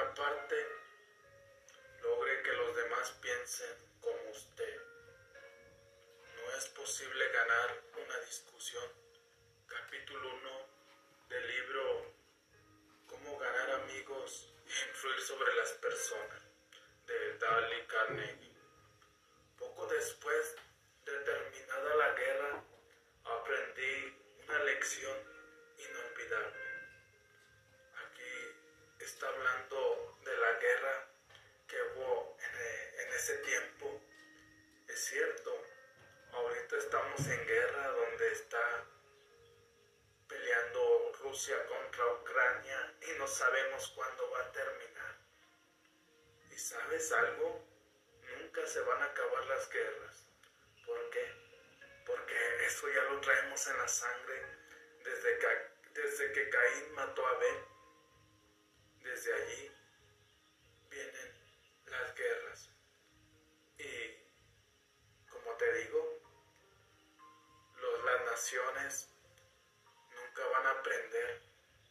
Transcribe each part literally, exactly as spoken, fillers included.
una parte, logre que los demás piensen como usted. No es posible ganar una discusión. Capítulo uno del libro Cómo ganar amigos e influir sobre las personas, de Dale Carnegie. Poco después de terminada la guerra, aprendí una lección inolvidable. Aquí está hablando de la guerra que hubo en, en ese tiempo. Es cierto, ahorita estamos en guerra donde está peleando Rusia contra Ucrania y no sabemos cuándo va a terminar. ¿Y sabes algo? Nunca se van a acabar las guerras. ¿Por qué? Porque eso ya lo traemos en la sangre desde que, desde que Caín mató a Abel. Desde allí vienen las guerras. Y como te digo, los, las naciones nunca van a aprender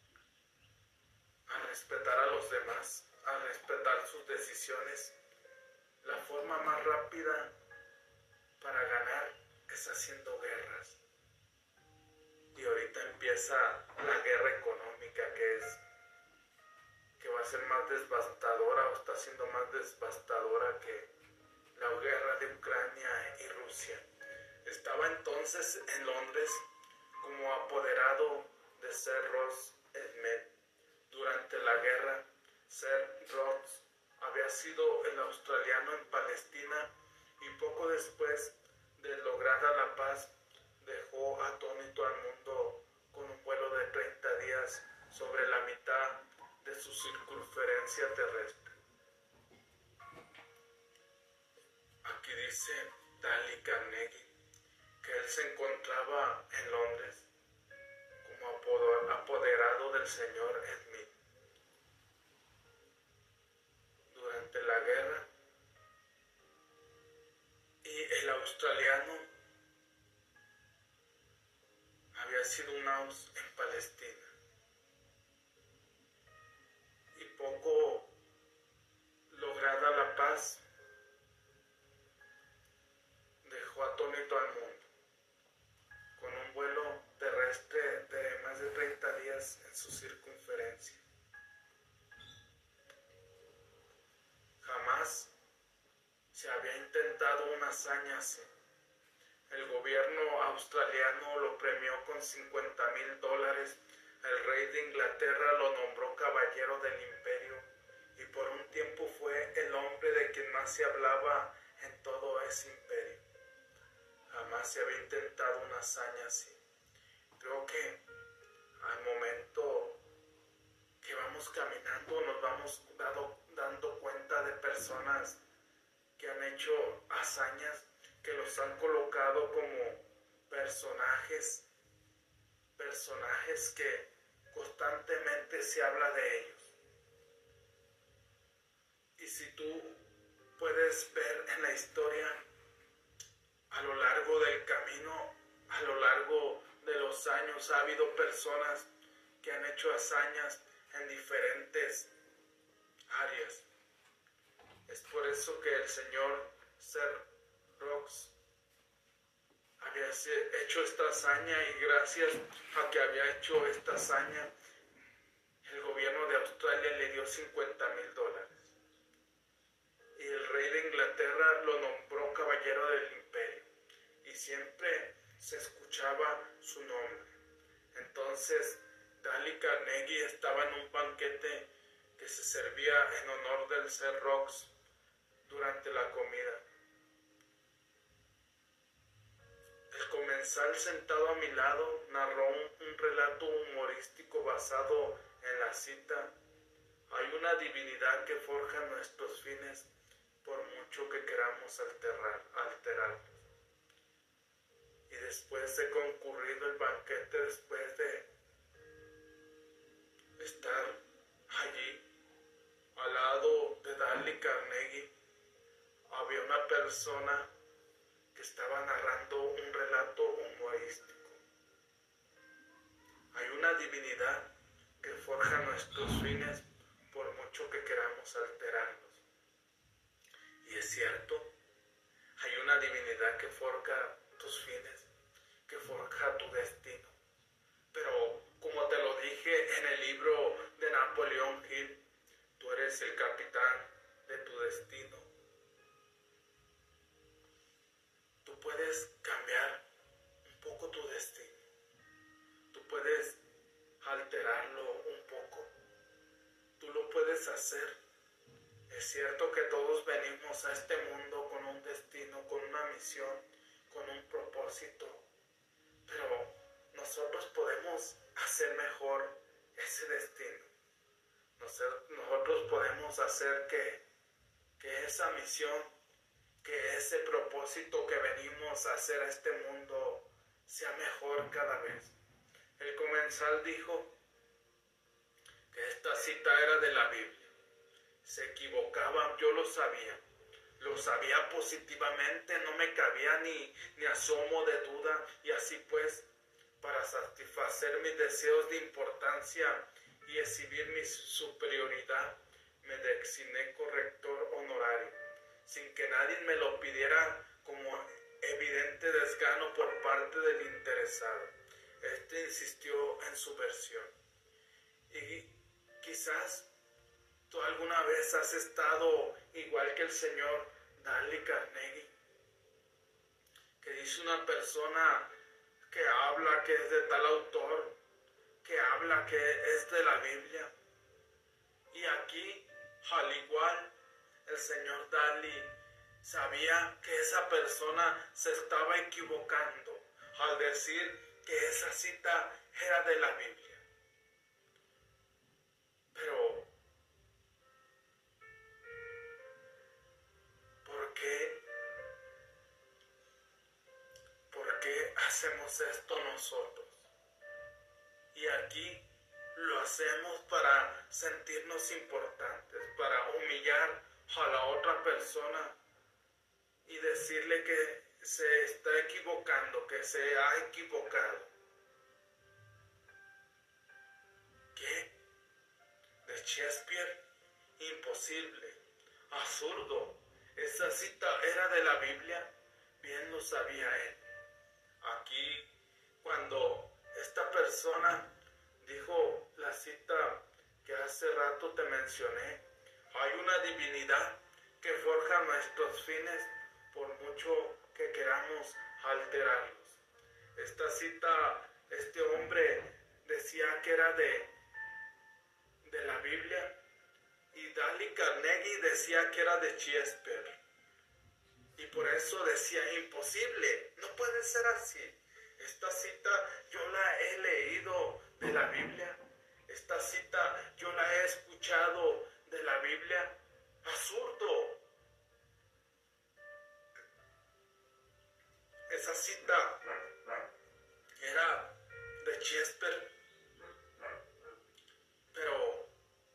a respetar a los demás, a respetar sus decisiones. La forma más rápida para ganar es haciendo guerras. Y ahorita empieza la guerra económica, que es que va a ser más devastadora o está siendo más devastadora que la guerra de Ucrania y Rusia. Estaba entonces en Londres como apoderado de Sir Ross Smith. Durante la guerra, Sir Ross había sido el australiano en Palestina y poco después de lograda la paz dejó atónito al mundo con un vuelo de treinta días sobre la mitad de su circunferencia terrestre. Aquí dice Dale Carnegie que él se encontraba en Londres como apoderado del señor Smith. Durante la guerra, y el australiano había sido un aus en Palestina. Y poco lograda la paz, dejó atónito al mundo, con un vuelo terrestre de más de treinta días en su circunferencia. Jamás se había intentado una hazaña así. El gobierno australiano lo premió con cincuenta mil dólares. El rey de Inglaterra lo nombró caballero del imperio y por un tiempo fue el hombre de quien más se hablaba en todo ese imperio. Jamás se había intentado una hazaña así. Creo que al momento que vamos caminando nos vamos dado, dando cuenta de personas que han hecho hazañas, que los han colocado como personajes, personajes que constantemente se habla de ellos. Y si tú puedes ver en la historia, a lo largo del camino, a lo largo de los años, ha habido personas que han hecho hazañas en diferentes áreas. Es por eso que el señor Sir Ross había hecho esta hazaña y gracias a que había hecho esta hazaña, el gobierno de Australia le dio cincuenta mil dólares. Y el rey de Inglaterra lo nombró caballero del imperio. Y siempre se escuchaba su nombre. Entonces, Dale Carnegie estaba en un banquete que se servía en honor del Sir Ross durante la comida. El comensal sentado a mi lado narró un, un relato humorístico basado en la cita: hay una divinidad que forja nuestros fines por mucho que queramos alterar, alterarlos. Y después de concurrido el banquete, después de estar allí al lado de Dale Carnegie, había una persona que estaba narrando un relato humorístico. Hay una divinidad que forja nuestros fines por mucho mucho que queramos alterarlos. Y es cierto, hay una divinidad que forja tus fines, que forja tu destino. Pero como te lo dije en el libro de Napoleón Hill, tú eres el capitán de tu destino. Tú puedes cambiar un poco tu destino. Tú puedes alterarlo un poco. Tú lo puedes hacer. Es cierto que todos venimos a este mundo con un destino, con una misión, con un propósito. Pero nosotros podemos hacer mejor ese destino. Nosotros podemos hacer que, que esa misión, que ese propósito que venimos a hacer a este mundo sea mejor cada vez. El comensal dijo que esta cita era de la Biblia. Se equivocaban, yo lo sabía. Lo sabía positivamente, no me cabía ni, ni asomo de duda. Y así pues, para satisfacer mis deseos de importancia y exhibir mi superioridad, me designé corrector honorario, sin que nadie me lo pidiera, como evidente desgano por parte del interesado. Este insistió en su versión. Y quizás tú alguna vez has estado igual que el señor Dale Carnegie, que dice una persona que habla que es de tal autor, que habla que es de la Biblia. Y aquí, al igual, el señor Dalí sabía que esa persona se estaba equivocando al decir que esa cita era de la Biblia. Pero, ¿por qué? ¿Por qué hacemos esto nosotros? Y aquí lo hacemos para sentirnos importantes, para humillar a la otra persona y decirle que se está equivocando, que se ha equivocado. ¿Qué? De Shakespeare, imposible, absurdo. Esa cita era de la Biblia, bien lo sabía él. Aquí, cuando esta persona dijo la cita que hace rato te mencioné, hay una divinidad que forja nuestros fines por mucho que queramos alterarlos. Esta cita, este hombre decía que era de, de la Biblia, y Dale Carnegie decía que era de Shakespeare. Y por eso decía, imposible, no puede ser así. Esta cita yo la he leído de la Biblia. Esta cita yo la he escuchado de la Biblia. Absurdo. Esa cita era de Shakespeare. Pero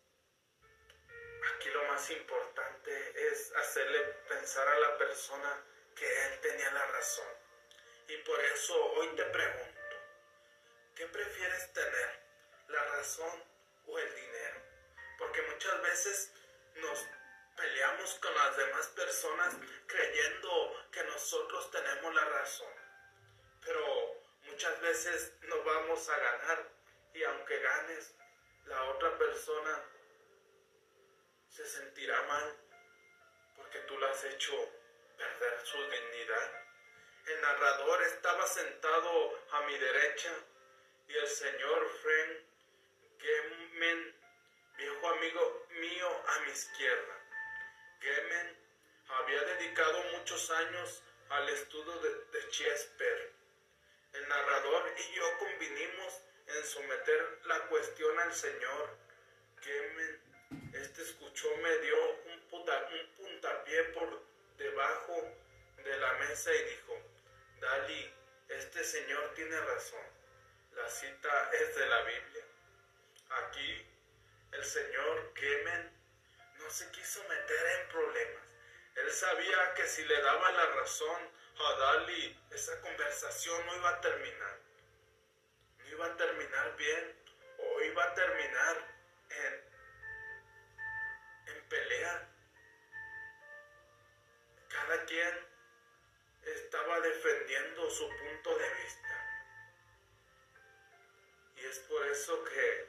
aquí lo más importante es hacerle pensar a la persona que él tenía la razón. Y por eso hoy te pregunto, ¿qué prefieres tener? ¿La razón o el dinero? Porque muchas veces nos peleamos con las demás personas creyendo que nosotros tenemos la razón. Pero muchas veces no vamos a ganar, y aunque ganes, la otra persona se sentirá mal porque tú le has hecho perder su dignidad. El narrador estaba sentado a mi derecha y el señor Frank Gemen, viejo amigo mío, a mi izquierda. Gemen había dedicado muchos años al estudio de, de Shakespeare. El narrador y yo convinimos en someter la cuestión al señor Gemen. Este escuchó, me dio un, puta, un puntapié por debajo de la mesa y dijo: Dalí, este señor tiene razón. La cita es de la Biblia. Aquí el señor Gemen no se quiso meter en problemas. Él sabía que si le daba la razón a Dalí, esa conversación no iba a terminar. No iba a terminar bien, o iba a terminar en cada quien estaba defendiendo su punto de vista. Y es por eso que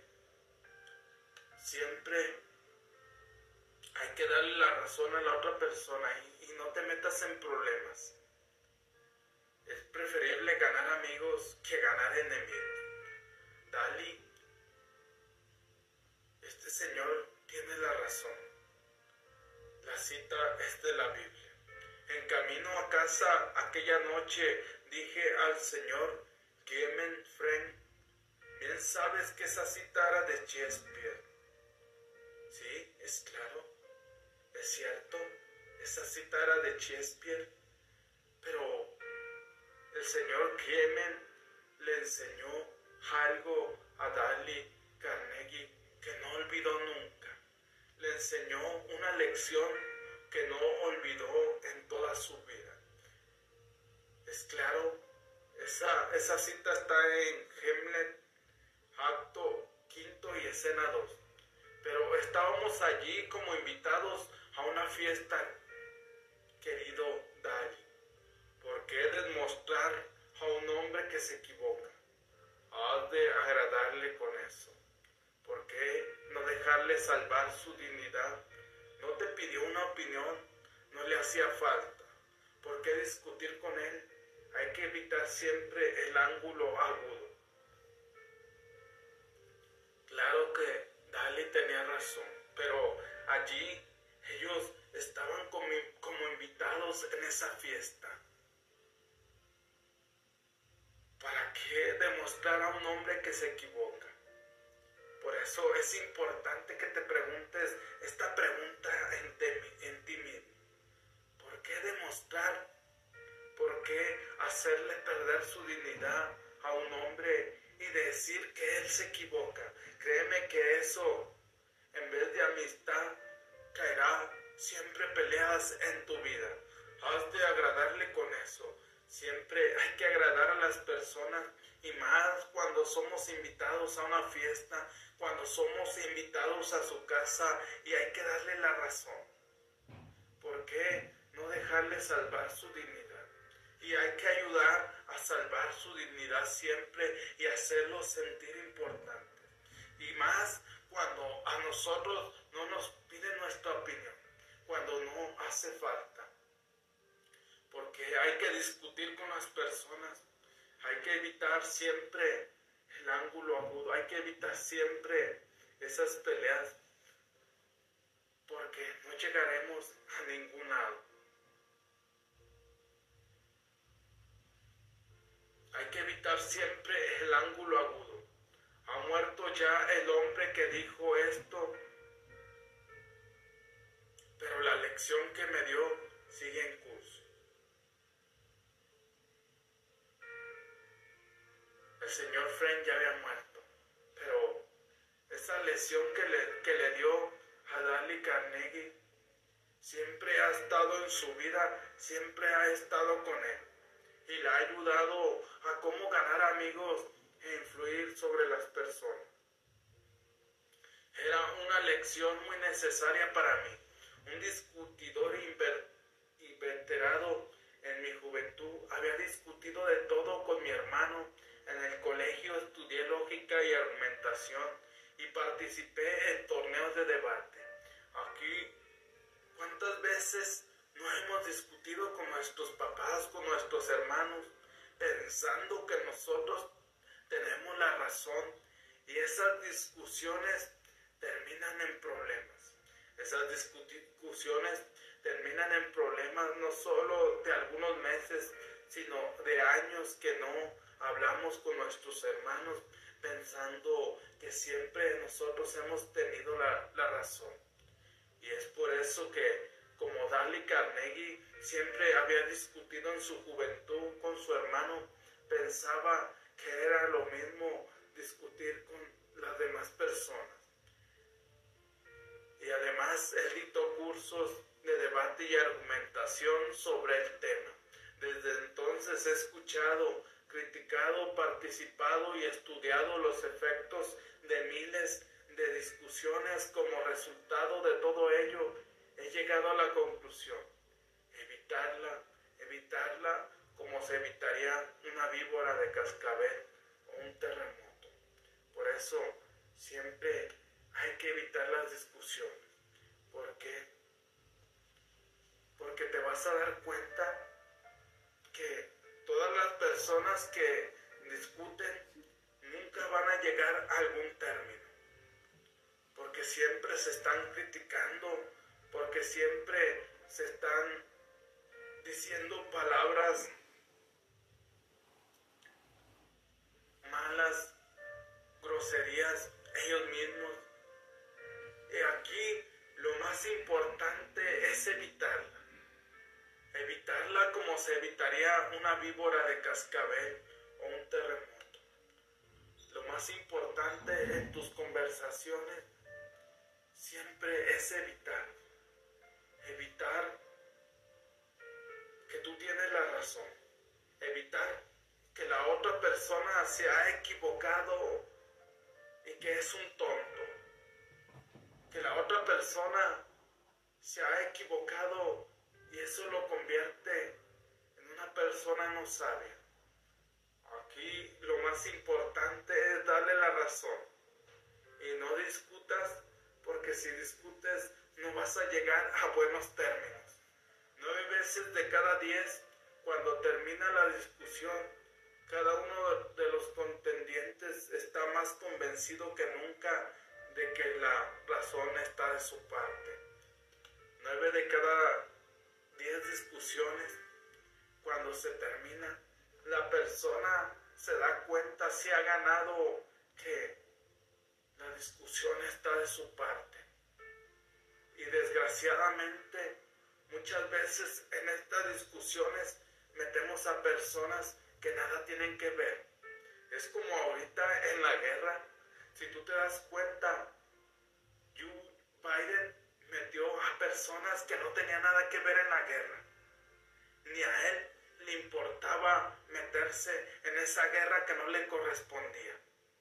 siempre hay que darle la razón a la otra persona y, y no te metas en problemas. Es preferible ganar amigos que ganar enemigos. Dali, este señor tiene la razón. La cita es de la Biblia. En camino a casa aquella noche dije al Señor, Clement Friend, bien sabes que esa cita era de Shakespeare. Sí, es claro, es cierto, esa cita era de Shakespeare, pero el señor Clement le enseñó algo a Dale Carnegie que no olvidó nunca. Le enseñó una lección que no olvidó en toda su vida. Es claro, esa, esa cita está en Hamlet, acto quinto y escena dos. Pero estábamos allí como invitados a una fiesta, querido Dali. ¿Por qué demostrar a un hombre que se equivoca? Has de agradarle con eso. ¿Por qué no dejarle salvar su dignidad? No te pidió una opinión, no le hacía falta. ¿Por qué discutir con él? Hay que evitar siempre el ángulo agudo. Claro que Dali tenía razón, pero allí ellos estaban como, como invitados en esa fiesta. ¿Para qué demostrar a un hombre que se equivoca? Por eso es importante que te preguntes esta pregunta en, te, en ti mismo. ¿Por qué demostrar? ¿Por qué hacerle perder su dignidad a un hombre y decir que él se equivoca? Créeme que eso, en vez de amistad, traerá siempre peleas en tu vida. Has de agradarle con eso. Siempre hay que agradar a las personas y más cuando somos invitados a una fiesta, cuando somos invitados a su casa y hay que darle la razón. ¿Por qué no dejarle salvar su dignidad? Y hay que ayudar a salvar su dignidad siempre y hacerlo sentir importante. Y más cuando a nosotros no nos piden nuestra opinión, cuando no hace falta. Porque hay que discutir con las personas, hay que evitar siempre el ángulo agudo, hay que evitar siempre esas peleas, porque no llegaremos a ningún lado. Hay que evitar siempre el ángulo agudo. Ha muerto ya el hombre que dijo esto, pero la lección que me dio sigue en curso. El señor Friend ya había muerto, pero esa lección que le, que le dio a Dale Carnegie siempre ha estado en su vida, siempre ha estado con él y le ha ayudado a cómo ganar amigos e influir sobre las personas. Era una lección muy necesaria para mí. Un discutidor inveterado en mi juventud, había discutido de todo con mi hermano. En el colegio estudié lógica y argumentación y participé en torneos de debate. Aquí, ¿cuántas veces no hemos discutido con nuestros papás, con nuestros hermanos, pensando que nosotros tenemos la razón? Y esas discusiones terminan en problemas. Esas discusiones terminan en problemas no solo de algunos meses, sino de años que no hablamos con nuestros hermanos, pensando que siempre nosotros hemos tenido la, la razón. Y es por eso que, como Dale Carnegie siempre había discutido en su juventud con su hermano, pensaba que era lo mismo discutir con las demás personas. Y además él dictó cursos de debate y argumentación sobre el tema. Desde entonces he escuchado, criticado, participado y estudiado los efectos de miles de discusiones. Como resultado de todo ello, he llegado a la conclusión: evitarla, evitarla como se evitaría una víbora de cascabel o un terremoto. Por eso siempre hay que evitar las discusiones. ¿Por qué? Porque te vas a dar cuenta que todas las personas que discuten nunca van a llegar a algún término. Porque siempre se están criticando, porque siempre se están diciendo palabras malas, groserías ellos mismos. Y aquí lo más importante es evitarla. Evitarla como se evitaría una víbora de cascabel o un terremoto. Lo más importante en tus conversaciones siempre es evitar. Evitar que tú tienes la razón. Evitar que la otra persona se ha equivocado y que es un tonto. Que la otra persona se ha equivocado y eso lo convierte en una persona no sabia. Aquí lo más importante es darle la razón. Y no discutas, porque si discutes no vas a llegar a buenos términos. Nueve veces de cada diez, cuando termina la discusión, cada uno de los contendientes está más convencido que nunca de que la razón está de su parte. Nueve de cada diez discusiones, cuando se termina, la persona se da cuenta si ha ganado, que la discusión está de su parte. Y desgraciadamente, muchas veces en estas discusiones metemos a personas que nada tienen que ver. Es como ahorita en la guerra. Si tú te das cuenta, Joe Biden metió a personas que no tenían nada que ver en la guerra. Ni a él le importaba meterse en esa guerra que no le correspondía.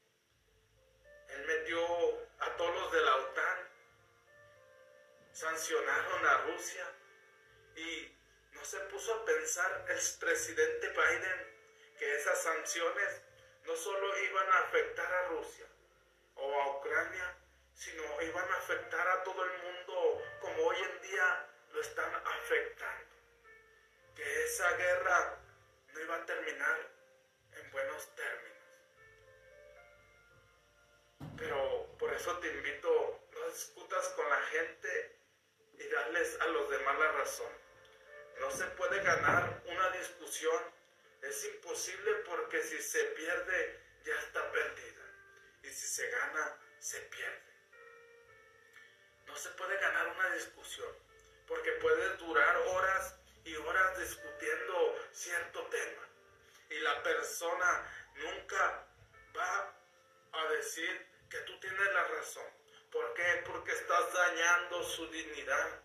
Él metió a todos los de la OTAN, sancionaron a Rusia y no se puso a pensar el presidente Biden que esas sanciones no solo iban a afectar a Rusia o a Ucrania, sino iban a afectar a todo el mundo como hoy en día lo están afectando. Que esa guerra no iba a terminar en buenos términos. Pero por eso te invito, no discutas con la gente y darles a los demás la razón. No se puede ganar una discusión, es imposible, porque si se pierde ya está perdida y si se gana se pierde. No se puede ganar una discusión porque puedes durar horas y horas discutiendo cierto tema y la persona nunca va a decir que tú tienes la razón. ¿Por qué? Porque estás dañando su dignidad.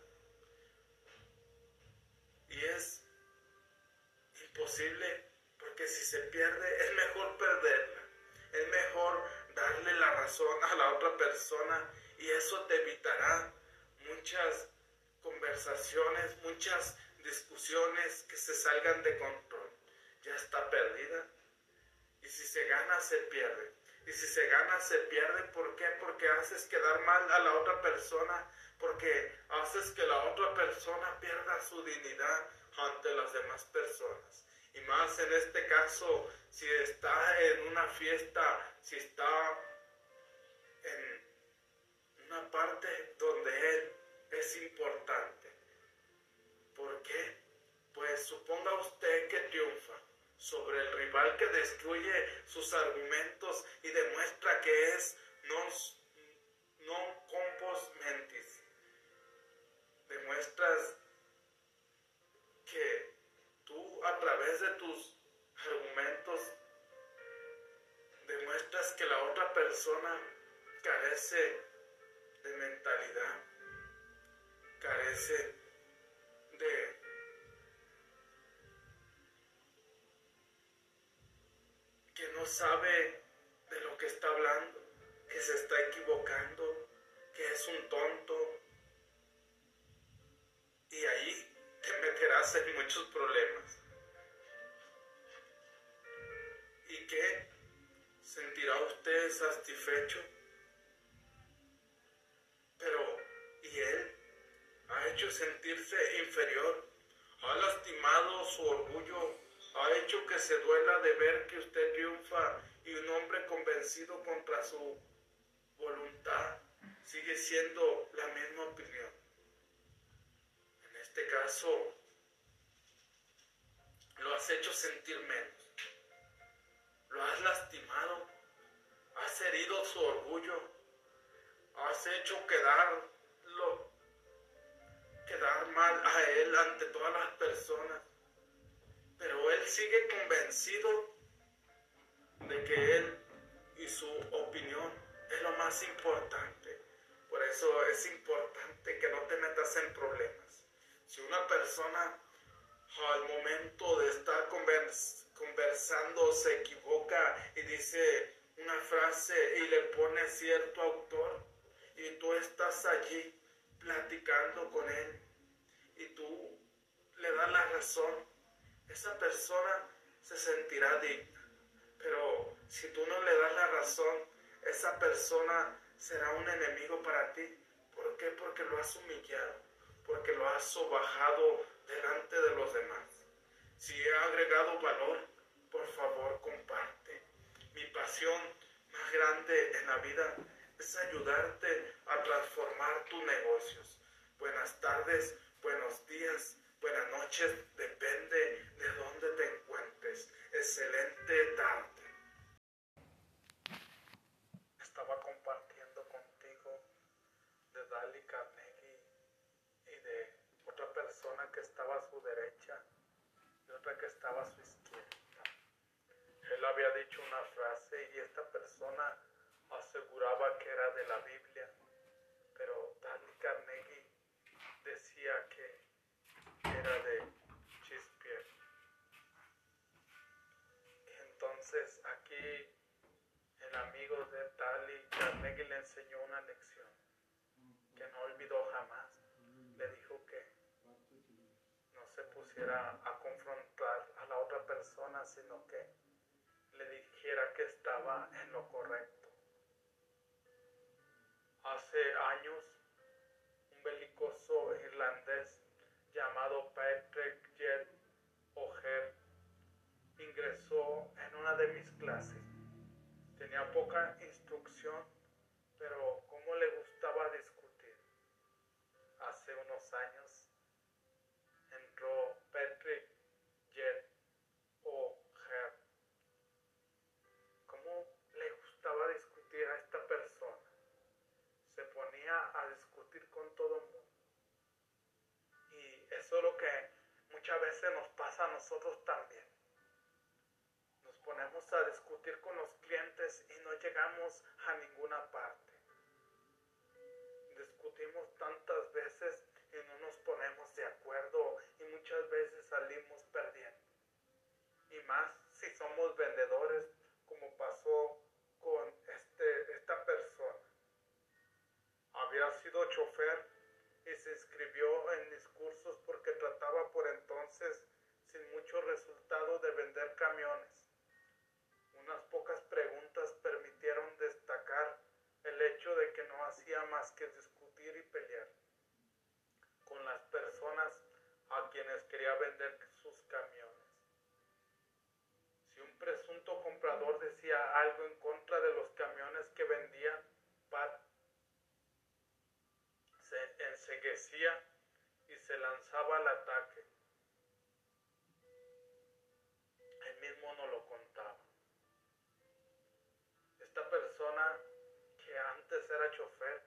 Y es imposible, porque si se pierde es mejor perderla. Es mejor darle la razón a la otra persona y eso te evitará muchas conversaciones, muchas discusiones que se salgan de control. Ya está perdida. Y si se gana, se pierde. Y si se gana, se pierde. ¿Por qué? Porque haces quedar mal a la otra persona. Porque haces que la otra persona pierda su dignidad ante las demás personas. Y más en este caso, si está en una fiesta, si está en una parte donde él es importante. ¿Por qué? Pues suponga usted que triunfa sobre el rival que destruye sus argumentos y demuestra que es non, non compos mentis. Demuestras que tú, a través de tus argumentos, demuestras que la otra persona carece de mentalidad, carece de que no sabe de lo que está hablando, que se está equivocando, que es un tonto. Y ahí te meterá casa y muchos problemas. ¿Y qué? ¿Sentirá usted satisfecho? Pero, ¿y él? ¿Ha hecho sentirse inferior? ¿Ha lastimado su orgullo? ¿Ha hecho que se duela de ver que usted triunfa y un hombre convencido contra su voluntad sigue siendo la misma opinión? En este caso, lo has hecho sentir menos. Lo has lastimado. Has herido su orgullo. Has hecho quedarlo, quedar mal a él ante todas las personas. Pero él sigue convencido de que él y su opinión es lo más importante. Por eso es importante que no te metas en problemas. Si una persona al momento de estar convers conversando se equivoca y dice una frase y le pone cierto autor, y tú estás allí platicando con él y tú le das la razón, esa persona se sentirá digna. Pero si tú no le das la razón, esa persona será un enemigo para ti. ¿Por qué? Porque lo has humillado, porque lo has sobajado delante de los demás. Si he agregado valor, por favor comparte. Mi pasión más grande en la vida es ayudarte a transformar tus negocios. Buenas tardes, buenos días, buenas noches, depende de dónde te encuentres. Excelente tarde. Estaba compartiendo contigo de Dale Carnegie y de otra persona que estaba a su derecha y otra que estaba a su izquierda. Él había dicho una frase y esta persona aseguraba que era de la Biblia, pero Dale Carnegie decía que era de Shakespeare. Y entonces aquí el amigo de Dale Carnegie le enseñó una lección que no olvidó jamás. Le dijo que no se pusiera a confrontar a la otra persona, sino que le dijera que estaba en lo correcto. Hace años, un belicoso irlandés llamado Patrick Jet O'Hare ingresó en una de mis clases. Tenía poca instrucción, pero cómo le gustaba discutir. Hace unos años entró Patrick Jet O'Hare. ¿Cómo le gustaba discutir a esta persona? Se ponía a discutir con todo el mundo. Y eso es lo que muchas veces nos pasa a nosotros también. Nos ponemos a discutir con los clientes y no llegamos a ninguna parte. Discutimos tantas veces y no nos ponemos de acuerdo y muchas veces salimos perdiendo. Y más si somos vendedores, como pasó con este, esta persona. Había sido chofer y se inscribió en mis cursos porque trataba por entonces sin mucho resultado de vender camiones. Unas pocas preguntas permitieron destacar el hecho de que no hacía más que discutir y pelear con las personas a quienes quería vender sus camiones. Si un presunto comprador decía algo en contra de los camiones que vendía, Pat se enceguecía y se lanzaba al ataque. Él mismo no lo contaba. Esta persona que antes era chofer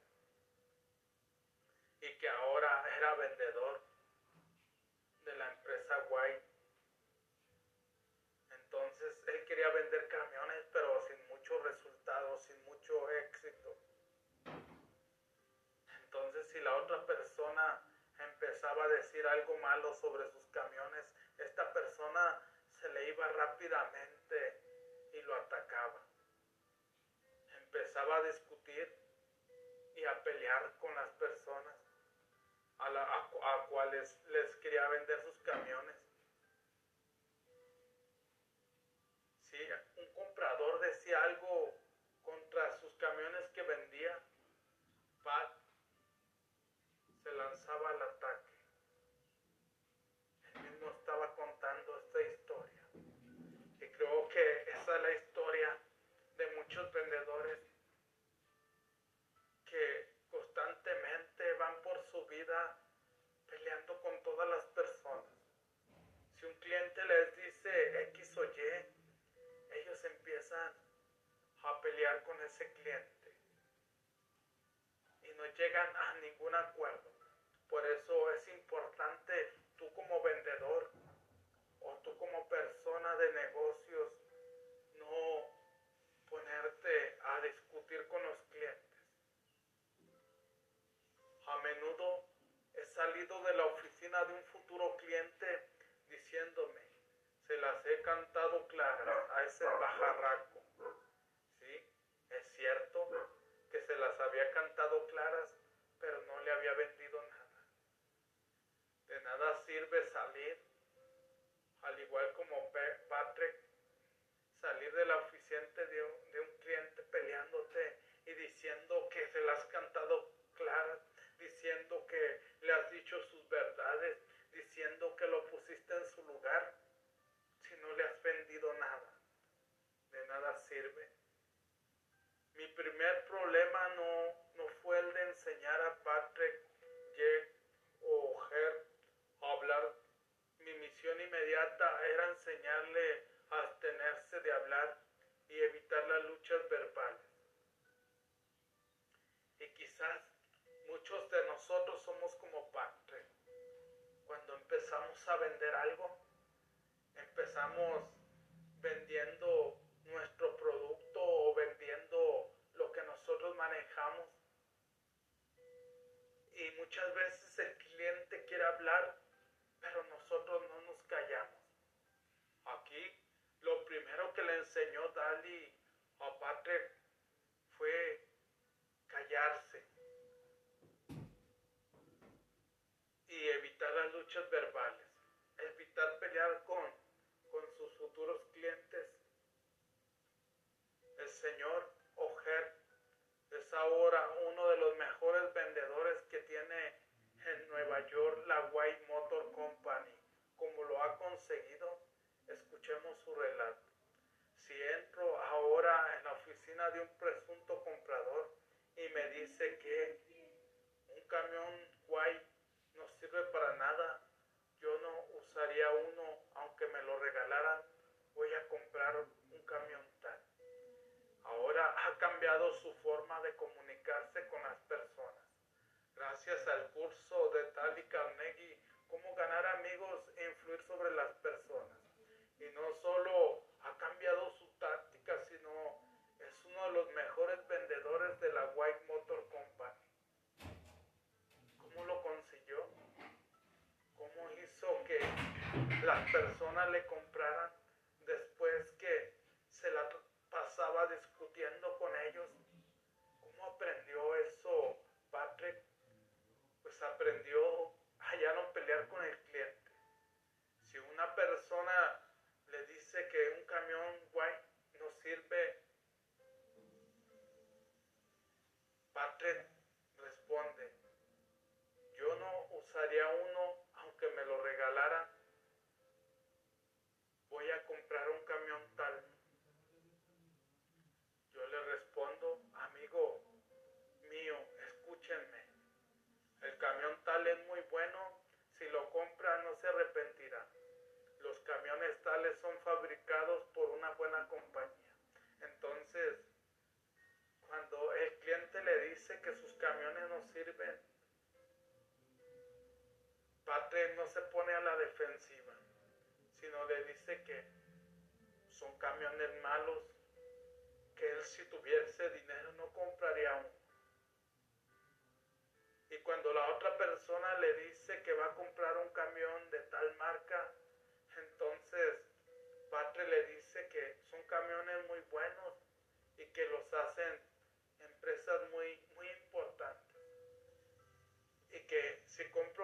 y que ahora era vendedor de la empresa White. Entonces él quería vender camiones, pero sin mucho resultado, sin mucho éxito. Entonces si la otra persona empezaba a decir algo malo sobre sus camiones, esta persona se le iba rápidamente y lo atacaba. Empezaba a discutir y a pelear con las personas a, la, a, a cuales les quería vender sus camiones. Sí, un comprador decía algo contra sus camiones que vendía, Pat se lanzaba al ataque. Él mismo estaba contando esta historia. Y creo que esa es la historia de muchos vendedores que constantemente van por su vida peleando con todas las personas. Si un cliente les dice X o Y, ellos empiezan a pelear con ese cliente y no llegan a ningún acuerdo. Por eso es importante tú como vendedor o tú como persona de negocios no ponerte a discutir con los clientes. A menudo he salido de la oficina de un futuro cliente diciéndome, se las he cantado claras a ese pajarraco. Sí, es cierto que se las había cantado claras, pero no le había vendido nada. De nada sirve salir, al igual como Patrick, salir de la oficina de un, de un cliente peleándote y diciendo que se las has cantado claras, diciendo que le has dicho sus verdades, diciendo que lo pusiste en su lugar, si no le has vendido nada. De nada sirve. Mi primer problema no, no fue el de enseñar a Patrick, Jake o Herb a hablar. Mi misión inmediata era enseñarle a abstenerse de hablar y evitar las luchas verbales. Y quizás muchos de nosotros somos como Patrick. Cuando empezamos a vender algo, empezamos vendiendo nuestro producto o vendiendo lo que nosotros manejamos. Y muchas veces el cliente quiere hablar, pero nosotros no nos callamos. Aquí lo primero que le enseñó Dali a Patrick fue callarse y evitar las luchas verbales, evitar pelear con, con sus futuros clientes. El señor O'Hare es ahora uno de los mejores vendedores que tiene en Nueva York la White Motor Company. ¿Cómo lo ha conseguido? Escuchemos su relato. Si entro ahora en la oficina de un presunto comprador y me dice que un camión White no sirve para nada, yo no usaría uno aunque me lo regalaran, voy a comprar un camión tal. Ahora ha cambiado su forma de comunicarse con las personas. Gracias al curso de Dale Carnegie, cómo ganar amigos e influir sobre las personas. Y no solo ha cambiado su táctica, sino es uno de los mejores vendedores de la White Motor Company. ¿Cómo lo consiguió? ¿Cómo hizo que las personas le compraran después que se la pasaba discutiendo con ellos? ¿Cómo aprendió eso Patrick? Pues aprendió a ya no pelear con el cliente. Si una persona le dice que un camión White no sirve, Patrick responde, yo no usaría uno aunque me lo regalaran, voy a comprar un camión tal. Yo le respondo, amigo mío, escúchenme, el camión tal es muy bueno, si lo compra no se arrepentirá. Los camiones tales son fabricados por una buena compañía. Entonces, cuando el cliente le dice que sus camiones no sirven, Patrick no se pone a la defensiva, sino le dice que son camiones malos, que él si tuviese dinero no compraría uno. Y cuando la otra persona le dice que va a comprar un camión de tal marca, entonces Patrick le dice que son camiones muy buenos y que los hacen empresas muy, muy importantes. Y que si compra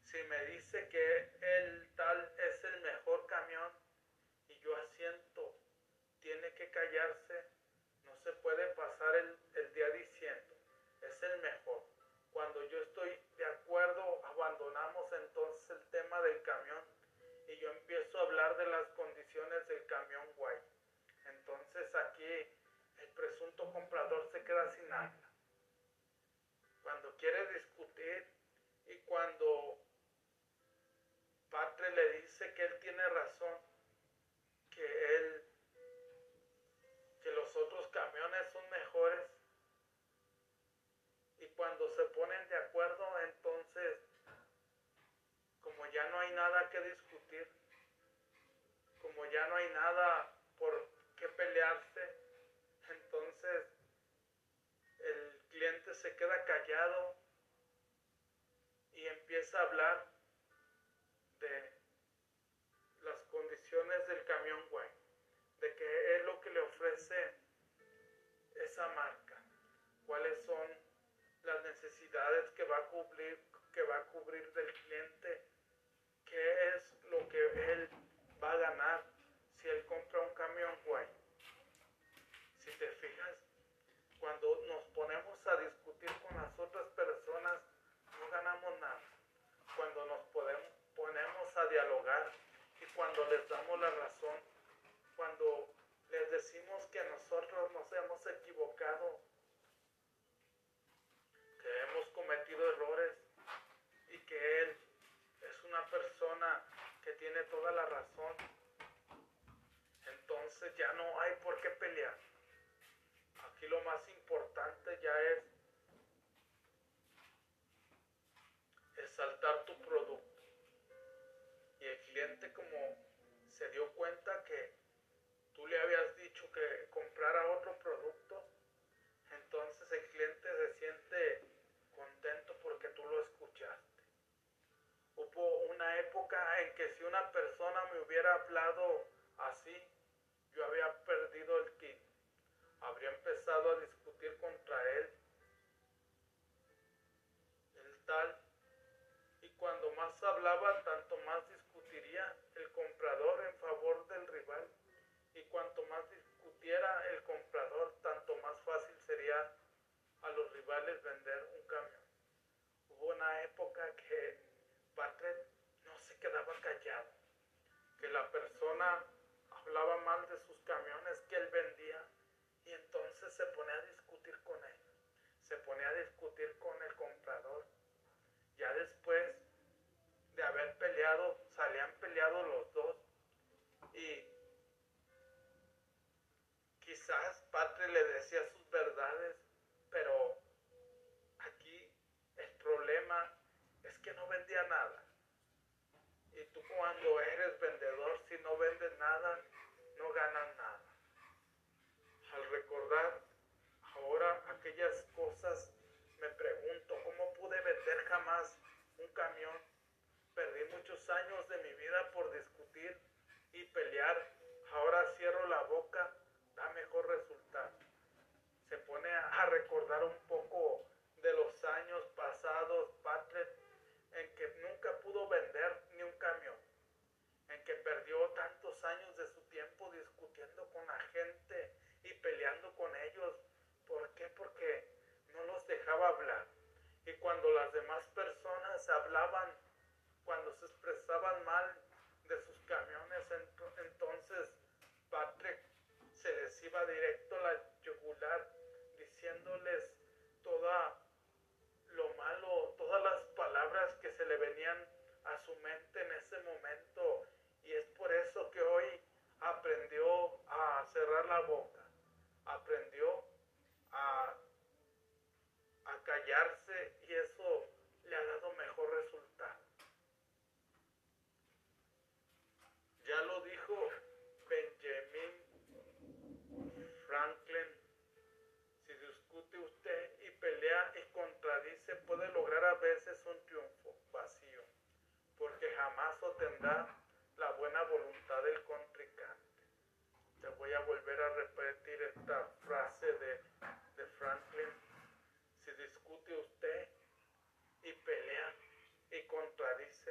Si me dice que el tal es el mejor camión y yo asiento, tiene que callarse, no se puede pasar el, el día diciendo, es el mejor. Cuando yo estoy de acuerdo, abandonamos entonces el tema del camión y yo empiezo a hablar de las condiciones del camión guay. Entonces aquí el presunto comprador se queda sin habla. Cuando quiere discutir y cuando Patre le dice que él tiene razón, que él, que los otros camiones son mejores, y cuando se ponen de acuerdo, entonces, como ya no hay nada que discutir, como ya no hay nada por qué pelearse, entonces el cliente se queda callado y empieza a hablar de las condiciones del camión guay, de qué es lo que le ofrece esa marca, cuáles son las necesidades que va a cubrir, que va a cubrir del cliente, qué es lo que él va a ganar si él compra un camión guay. Si te fijas, cuando nos ponemos a discutir con las otras personas, no ganamos nada. Cuando nos podemos, ponemos a dialogar y cuando les damos la razón, cuando les decimos que nosotros nos hemos equivocado, que hemos cometido errores y que él es una persona que tiene toda la razón, entonces ya no hay por qué pelear. Aquí lo más importante ya es exaltar tu producto. Y el cliente, como se dio cuenta que tú le habías dicho que comprara otro producto, entonces el cliente se siente contento porque tú lo escuchaste. Hubo una época en que si una persona me hubiera hablado así, yo había perdido el tino. Habría empezado a discutir contra él, el tal, y cuando más hablaba, tanto más discutiría el comprador en favor del rival, y cuanto más discutiera el comprador, tanto más fácil sería a los rivales vender un camión. Hubo una época que Bartlett no se quedaba callado, que la persona hablaba mal de sus camiones que él vendía y entonces se ponía a discutir con él, se ponía a discutir con el comprador. Ya después de haber peleado, salían peleados los dos y quizás Patre le decía sus verdades, pero aquí el problema es que no vendía nada. Y tú cuando eres vendedor, si no vendes nada, no ganas nada. Al recordar ahora aquellas cosas, me pregunto cómo pude vender jamás un camión. Perdí muchos años de mi vida por discutir y pelear. Ahora cierro la boca, da mejor resultado. Se pone a recordar un poco de los años pasados, Patrick, en que nunca pudo vender ni un camión, en que perdió tantos años de su tiempo discutiendo con la gente y peleando con ellos. ¿Por qué? Porque no los dejaba hablar. Y cuando las demás personas hablaban, cuando se expresaban mal de sus camiones, entonces Patrick se les iba directo a la yugular, diciéndoles toda lo malo, todas las palabras que se le venían a su mente en ese momento. Y es por eso que hoy aprendió a cerrar la boca, aprendió a, a callarse, y eso le ha dado mejor resultado. Ya lo dijo Benjamin Franklin: si discute usted y pelea y contradice, puede lograr a veces un triunfo vacío, porque jamás obtendrá la buena voluntad del contrincante. Te voy a volver a repetir esta frase de, de Franklin: si discute usted y pelea y contradice,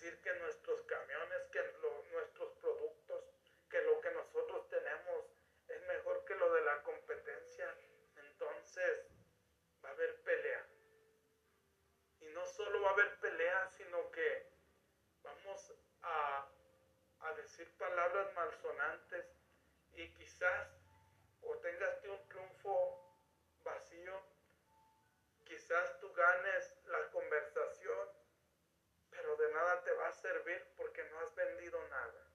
decir que nuestros camiones, que lo, nuestros productos, que lo que nosotros tenemos es mejor que lo de la competencia, entonces va a haber pelea. Y no solo va a haber pelea, sino que vamos a, a decir palabras malsonantes y quizás o tengas un triunfo vacío, quizás tú ganes la conversación, pero de nada te va a servir porque no has vendido nada.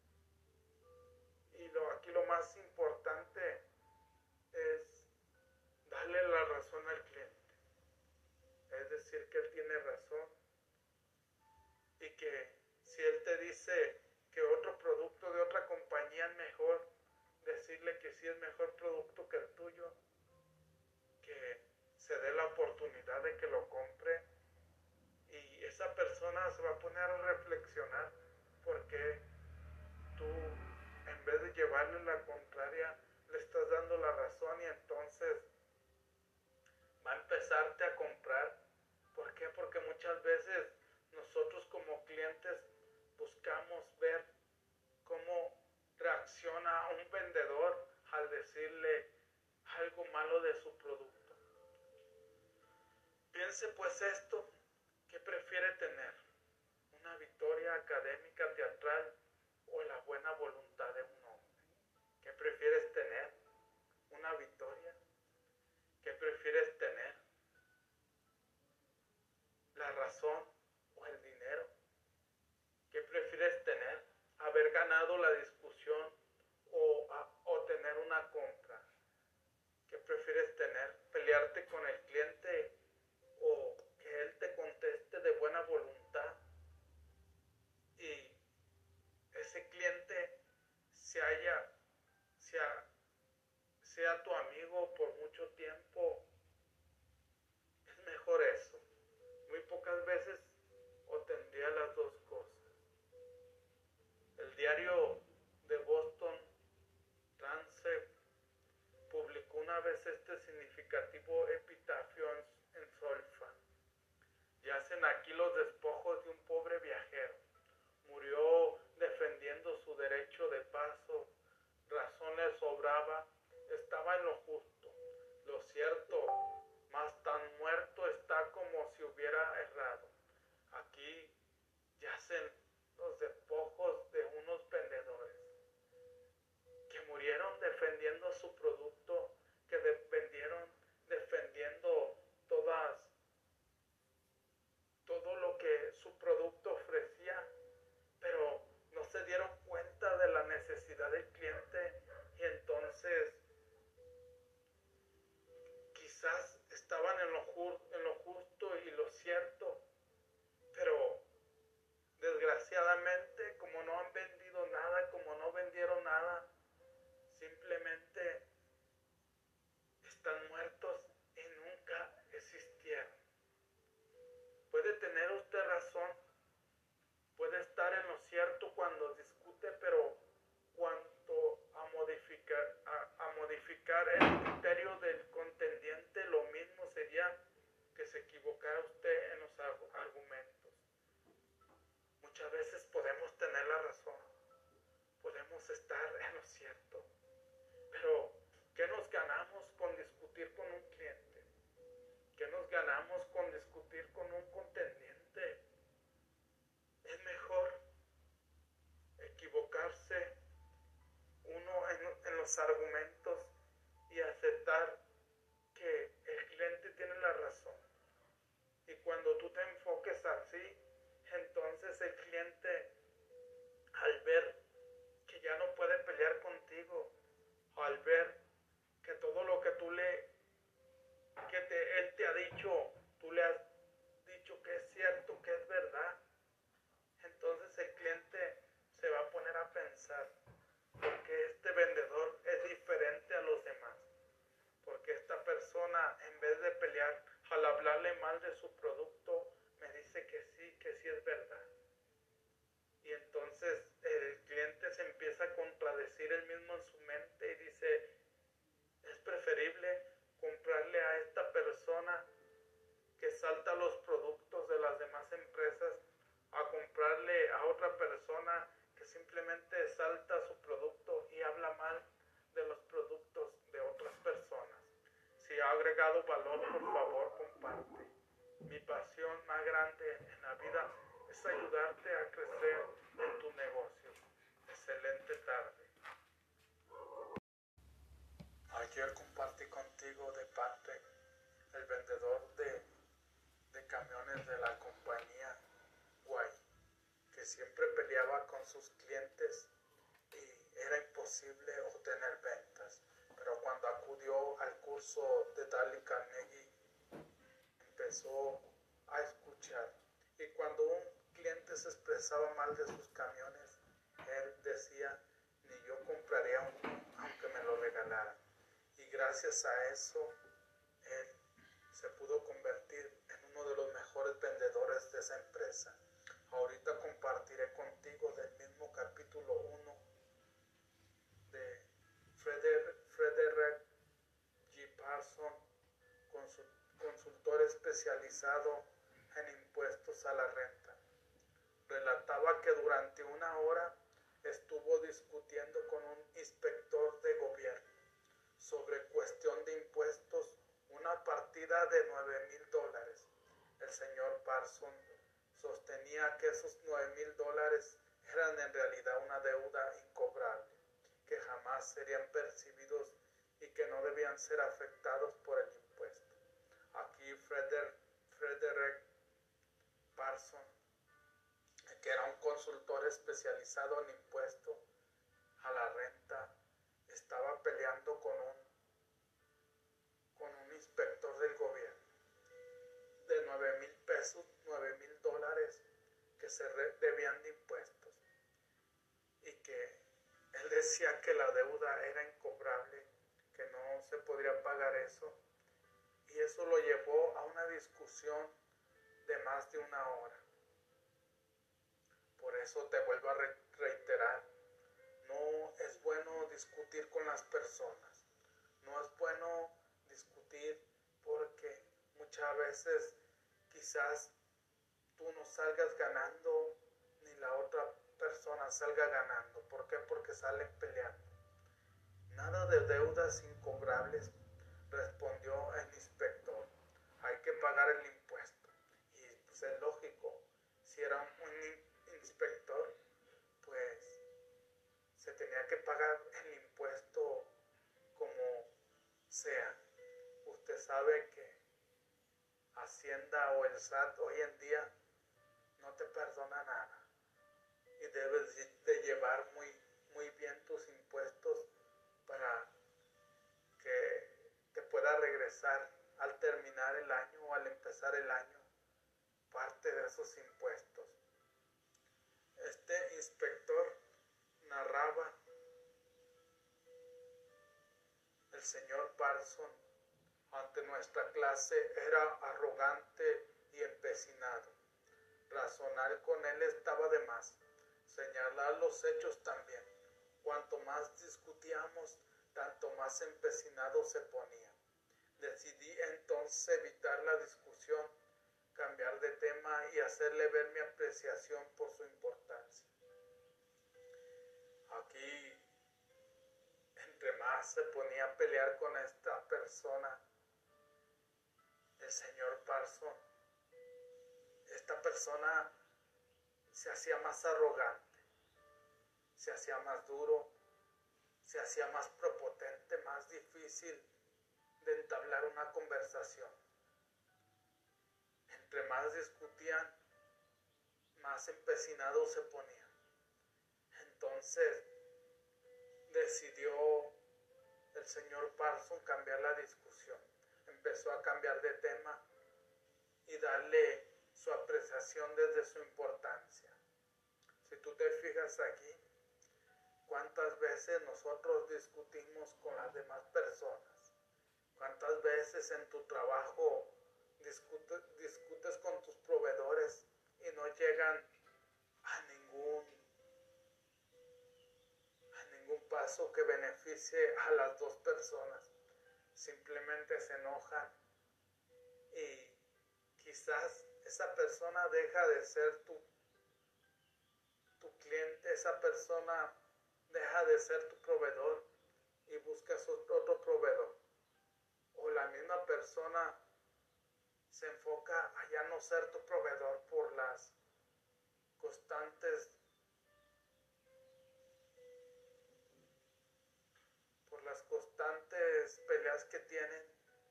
Y lo, aquí lo más importante es darle la razón al cliente. Es decir, que él tiene razón y que si él te dice que otro producto de otra compañía es mejor, decirle que sí es mejor producto que el tuyo, que se dé la oportunidad de que lo compre y esa persona se va a poner a reflexionar porque tú, en vez de llevarle la contraria, le estás dando la razón y entonces va a empezarte a comprar. ¿Por qué? Porque muchas veces nosotros como clientes buscamos ver cómo reacciona un vendedor al decirle algo malo de su producto. Piense pues esto, ¿qué prefiere tener? ¿Una victoria académica teatral o la buena voluntad de un hombre? ¿Qué prefieres tener? ¿Una victoria? ¿Qué prefieres tener? ¿La razón o el dinero? ¿Qué prefieres tener? ¿Haber ganado la discusión o, a, o tener una compra? ¿Qué prefieres tener? ¿Pelearte con el cliente o que él te conteste de buena voluntad y ese cliente se haya, sea, sea tu amigo por mucho tiempo? Es mejor eso. Muy pocas veces obtendría las dos cosas. El diario de Boston Transept publicó una vez este significativo epitafio en, en solfa. Yacen aquí los despojos de un pobre viajero. Murió defendiendo su derecho de paso. Razón le sobraba. Estaba en lo justo. Lo cierto, mas tan muerto está como si hubiera errado. Aquí yacen los despojos de unos vendedores que murieron defendiendo su producto, que vendieron defendiendo todas, todo lo que su producto ofrecía, pero no se dieron cuenta de la necesidad del cliente y entonces quizás estaban en lo, ju- en lo justo y lo cierto, pero desgraciadamente como no han vendido nada, como no vendieron nada, simplemente están muertos y nunca existieron. Puede tener usted razón, puede estar en lo cierto cuando discute, pero cuanto a modificar, a, a modificar el criterio del contendiente, lo mismo sería que se equivocara usted en los argumentos. Muchas veces podemos tener la razón, podemos estar en lo cierto, pero ¿qué nos ganamos con discutir con un cliente? ¿Qué nos ganamos con discutir con un contendiente? Es mejor equivocarse uno en, en los argumentos y aceptar que el cliente tiene la razón. Y cuando tú te enfoques así, entonces el cliente, al ver que ya no puede pelear contigo, al ver que todo lo que tú le, que te, él te ha dicho, tú le has dicho que es cierto, que es verdad, entonces el cliente se va a poner a pensar, porque este vendedor es diferente vendedor, por favor, comparte. Mi pasión más grande en la vida es ayudarte a crecer en tu negocio. Excelente tarde. Ayer compartí contigo de parte el vendedor de, de camiones de la compañía Guay, que siempre peleaba con sus clientes y era imposible obtener ventas. Pero cuando acudió al curso de Dale Carnegie, empezó a escuchar. Y cuando un cliente se expresaba mal de sus camiones, él decía, ni yo compraría uno aunque me lo regalaran. Y gracias a eso, él se pudo convertir en uno de los mejores vendedores de esa empresa. Ahorita compartiré contigo del mismo capítulo uno de Frederick G. Parson, consultor especializado en impuestos a la renta. Relataba que durante una hora estuvo discutiendo con un inspector de gobierno sobre cuestión de impuestos, una partida de nueve mil dólares. El señor Parson sostenía que esos nueve mil dólares eran en realidad una deuda incobrable, que jamás serían percibidos y que no debían ser afectados por el impuesto. Aquí Frederick, Frederick Parson, que era un consultor especializado en impuestos a la renta, estaba peleando con un, con un inspector del gobierno de nueve mil pesos, nueve mil dólares que se debían de impuestos, y que él decía que la deuda era incobrable, que no se podría pagar eso, y eso lo llevó a una discusión de más de una hora. Por eso te vuelvo a re reiterar, no es bueno discutir con las personas, no es bueno discutir porque muchas veces quizás tú no salgas ganando ni la otra persona salga ganando. ¿Por qué? Porque salen peleando. Nada de deudas incobrables, respondió el inspector. Hay que pagar el impuesto. Y pues es lógico, si era un inspector, pues se tenía que pagar el impuesto como sea. Usted sabe que Hacienda o el S A T hoy en día no te perdona nada y debes de llevar muy, muy bien tus impuestos para que te pueda regresar al terminar el año o al empezar el año parte de esos impuestos. Este inspector narraba, el señor Parson ante nuestra clase era arrogante y empecinado. Razonar con él estaba de más, señalar los hechos también. Cuanto más discutíamos, tanto más empecinado se ponía. Decidí entonces evitar la discusión, cambiar de tema y hacerle ver mi apreciación por su importancia. Aquí, entre más se ponía a pelear con esta persona, el señor Parson, esta persona se hacía más arrogante, se hacía más duro, se hacía más prepotente, más difícil de entablar una conversación. Entre más discutían, más empecinados se ponían. Entonces decidió el señor Parson cambiar la discusión. Empezó a cambiar de tema y darle su apreciación desde su importancia. Si tú te fijas aquí, ¿cuántas veces nosotros discutimos con las demás personas? ¿Cuántas veces en tu trabajo discute, discutes con tus proveedores y no llegan a ningún, a ningún paso que beneficie a las dos personas? Simplemente se enojan y quizás esa persona deja de ser tu, tu cliente, esa persona deja de ser tu proveedor y buscas otro proveedor. o la misma persona se enfoca a ya no ser tu proveedor por las constantes por las constantes peleas que tienen.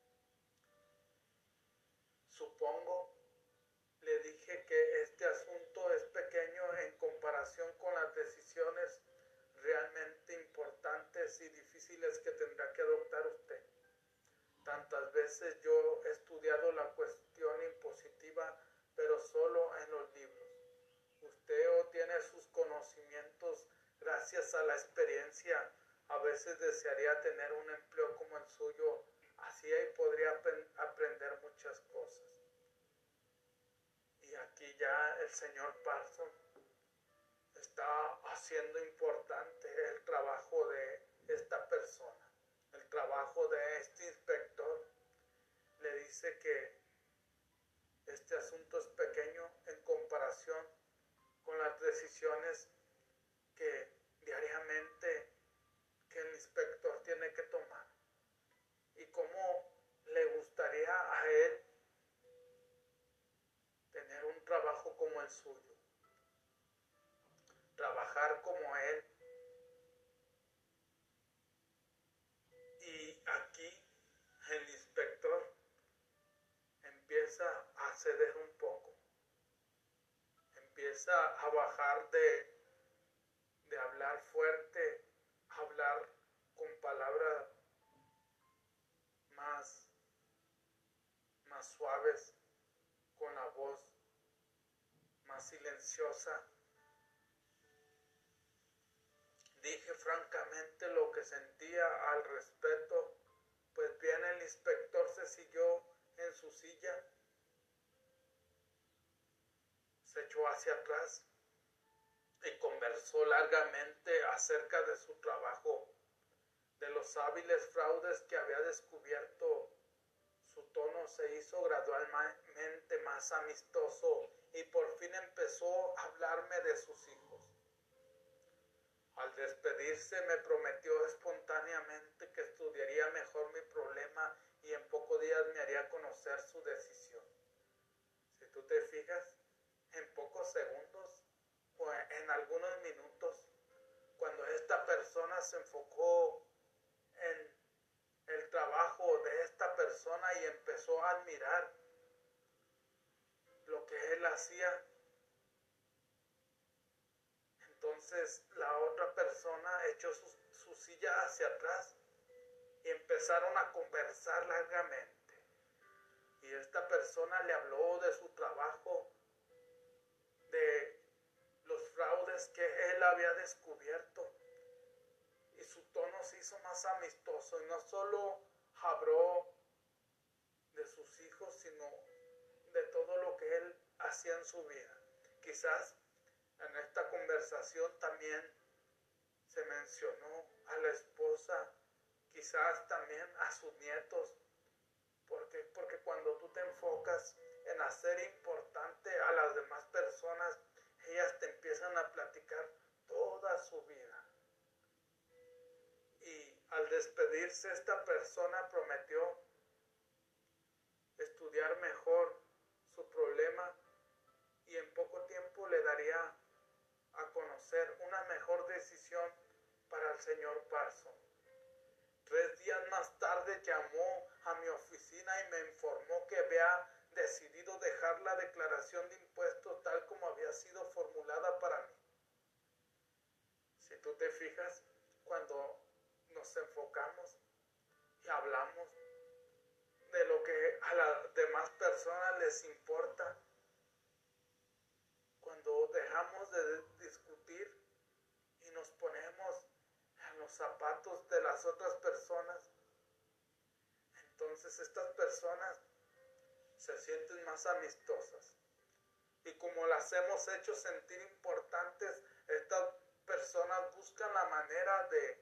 Supongo, le dije que este asunto es pequeño en comparación con las decisiones realmente importantes y difíciles que tendrá que adoptar usted. Tantas veces yo he estudiado la cuestión impositiva, pero solo en los libros. Usted obtiene sus conocimientos gracias a la experiencia. A veces desearía tener un empleo como el suyo, así ahí podría ap- aprender muchas cosas. Y aquí ya el señor Parson está haciendo importante el trabajo de esta persona, el trabajo de este inspector. Le dice que este asunto es pequeño en comparación con las decisiones que diariamente que el inspector tiene que tomar. Y cómo le gustaría a él tener un trabajo como el suyo, trabajar como él. Y aquí el inspector empieza a ceder un poco, empieza a bajar de, de hablar fuerte, a hablar con palabras más, más suaves, con la voz más silenciosa. Dije francamente lo que sentía al respecto. Pues bien, el inspector se siguió en su silla, se echó hacia atrás y conversó largamente acerca de su trabajo, de los hábiles fraudes que había descubierto. Su tono se hizo gradualmente más amistoso y por fin empezó a hablarme de sus hijos. Al despedirse me prometió espontáneamente que estudiaría mejor mi problema y en pocos días me haría conocer su decisión. Si tú te fijas, en pocos segundos o en algunos minutos, cuando esta persona se enfocó en el trabajo de esta persona y empezó a admirar lo que él hacía, entonces la otra persona echó su, su silla hacia atrás y empezaron a conversar largamente. Y esta persona le habló de su trabajo, de los fraudes que él había descubierto. Y su tono se hizo más amistoso y no solo habló de sus hijos, sino de todo lo que él hacía en su vida. Quizás en esta conversación también se mencionó a la esposa, quizás también a sus nietos, porque, porque cuando tú te enfocas en hacer importante a las demás personas, ellas te empiezan a platicar toda su vida. Y al despedirse, esta persona prometió estudiar mejor su problema y en poco tiempo le daría a conocer una mejor decisión para el señor Parson. Tres días más tarde llamó a mi oficina y me informó que había decidido dejar la declaración de impuestos tal como había sido formulada para mí. Si tú te fijas, cuando nos enfocamos y hablamos de lo que a las demás personas les importa, cuando dejamos de discutir y nos ponemos en los zapatos de las otras personas, entonces estas personas se sienten más amistosas. Y como las hemos hecho sentir importantes, estas personas buscan la manera de,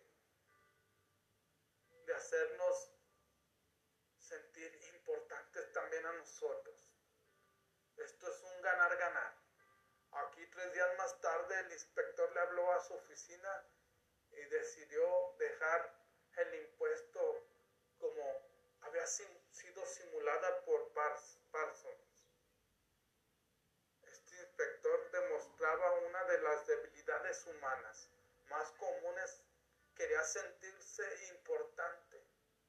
de hacernos sentir importantes también a nosotros. Esto es un ganar-ganar. Aquí tres días más tarde el inspector le habló a su oficina y decidió dejar el impuesto como había sim- sido simulada por Pars- Parsons. Este inspector demostraba una de las debilidades humanas más comunes: quería sentirse importante.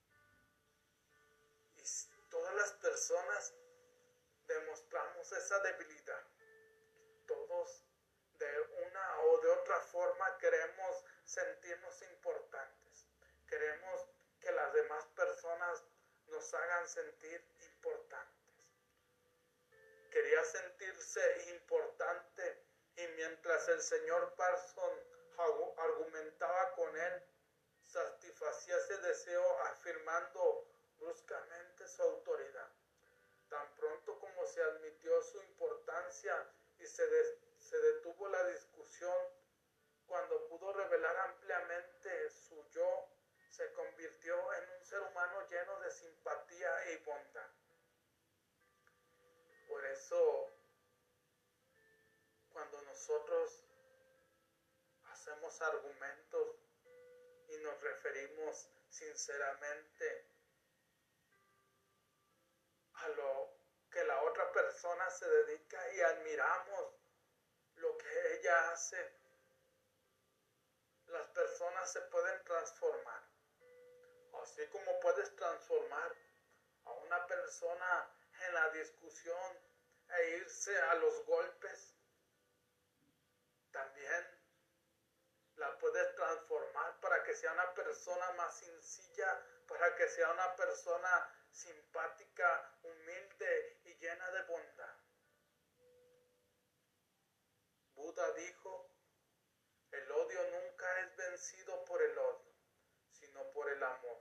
Y todas las personas demostramos esa debilidad. Todos de una o de otra forma queremos sentirnos importantes. Queremos que las demás personas nos hagan sentir importantes. Quería sentirse importante, y mientras el señor Parson argumentaba con él, satisfacía ese deseo afirmando bruscamente su autoridad. Tan pronto como se admitió su importancia y se, de, se detuvo la discusión, cuando pudo revelar ampliamente su yo, se convirtió en un ser humano lleno de simpatía y bondad. Por eso, cuando nosotros hacemos argumentos y nos referimos sinceramente a lo que la otra persona se dedica y admiramos lo que ella hace, las personas se pueden transformar. Así como puedes transformar a una persona en la discusión e irse a los golpes, también la puedes transformar para que sea una persona más sencilla, para que sea una persona simpática, humilde y llena de bondad. Buda dijo: el odio nunca es vencido por el odio, sino por el amor.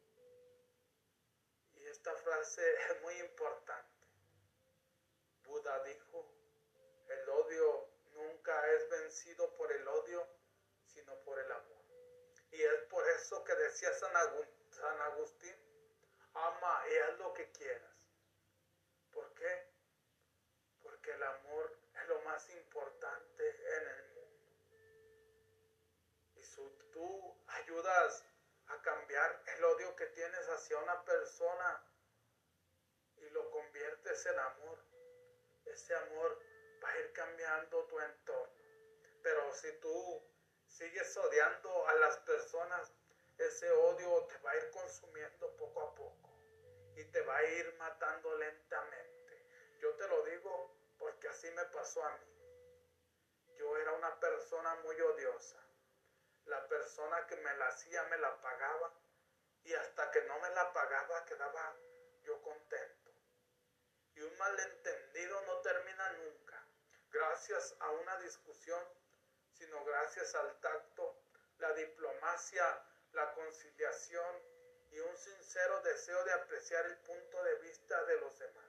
Y esta frase es muy importante. Buda dijo: el odio nunca es vencido por el odio, sino por el amor. Y es por eso que decía San Agustín: ama y haz lo que quieras. ¿Por qué? Porque el amor es lo más importante en el mundo. Y si tú ayudas a cambiar el odio que tienes hacia una persona y lo conviertes en amor, ese amor va a ir cambiando tu entorno. Pero si tú sigues odiando a las personas, ese odio te va a ir consumiendo poco a poco y te va a ir matando lentamente. Yo te lo digo porque así me pasó a mí. Yo era una persona muy odiosa. La persona que me la hacía me la pagaba, y hasta que no me la pagaba quedaba yo contento. Y un malentendido no termina nunca, gracias a una discusión, sino gracias al tacto, la diplomacia, la conciliación y un sincero deseo de apreciar el punto de vista de los demás.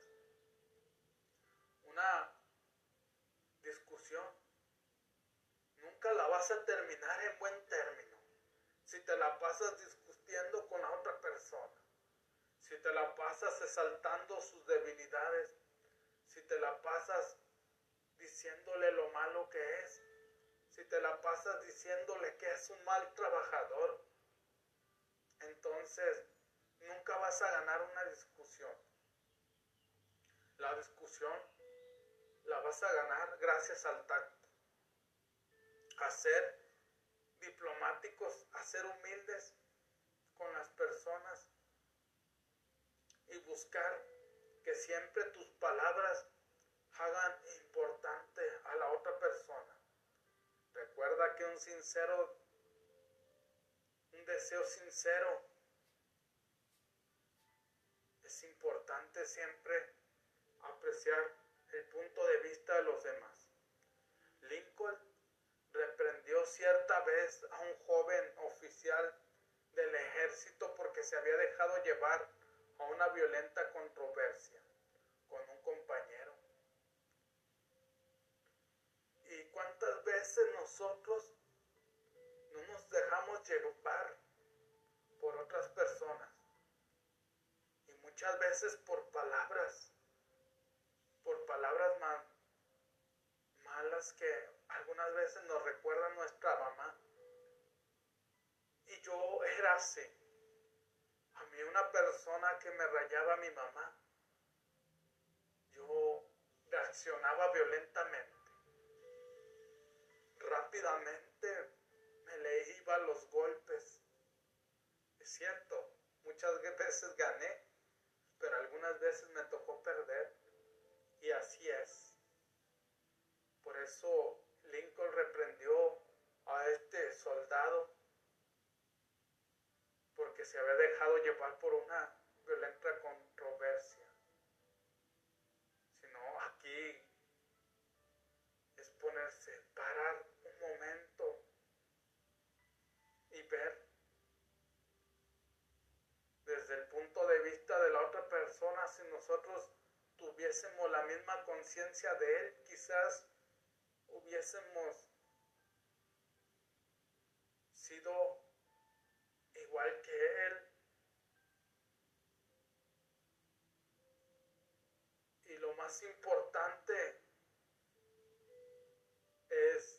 Una discusión nunca la vas a terminar en buen término si te la pasas discutiendo con la otra persona, si te la pasas exaltando sus debilidades, si te la pasas diciéndole lo malo que es, si te la pasas diciéndole que es un mal trabajador, entonces nunca vas a ganar una discusión. La discusión la vas a ganar gracias al tacto, a ser diplomáticos, a ser humildes con las personas y buscar que siempre tus palabras hagan importante a la otra persona. Recuerda que un sincero, un deseo sincero, es importante siempre apreciar el punto de vista de los demás. Lincoln reprendió cierta vez a un joven oficial del ejército porque se había dejado llevar a una violenta controversia con un compañero. ¿Y cuántas veces nosotros no nos dejamos llevar por otras personas? Y muchas veces por palabras, por palabras mal, malas que algunas veces nos recuerdan nuestra mamá. Y yo era así. A mí una persona que me rayaba a mi mamá, yo reaccionaba violentamente. Rápidamente me le iba a los golpes. Es cierto, muchas veces gané, pero algunas veces me tocó perder. Y así es. Por eso Lincoln reprendió a este soldado porque se había dejado llevar por una violenta controversia. Sino aquí es ponerse, parar un momento y ver desde el punto de vista de la otra persona. Si nosotros tuviésemos la misma conciencia de él, quizás hubiésemos sido igual que él. Y lo más importante es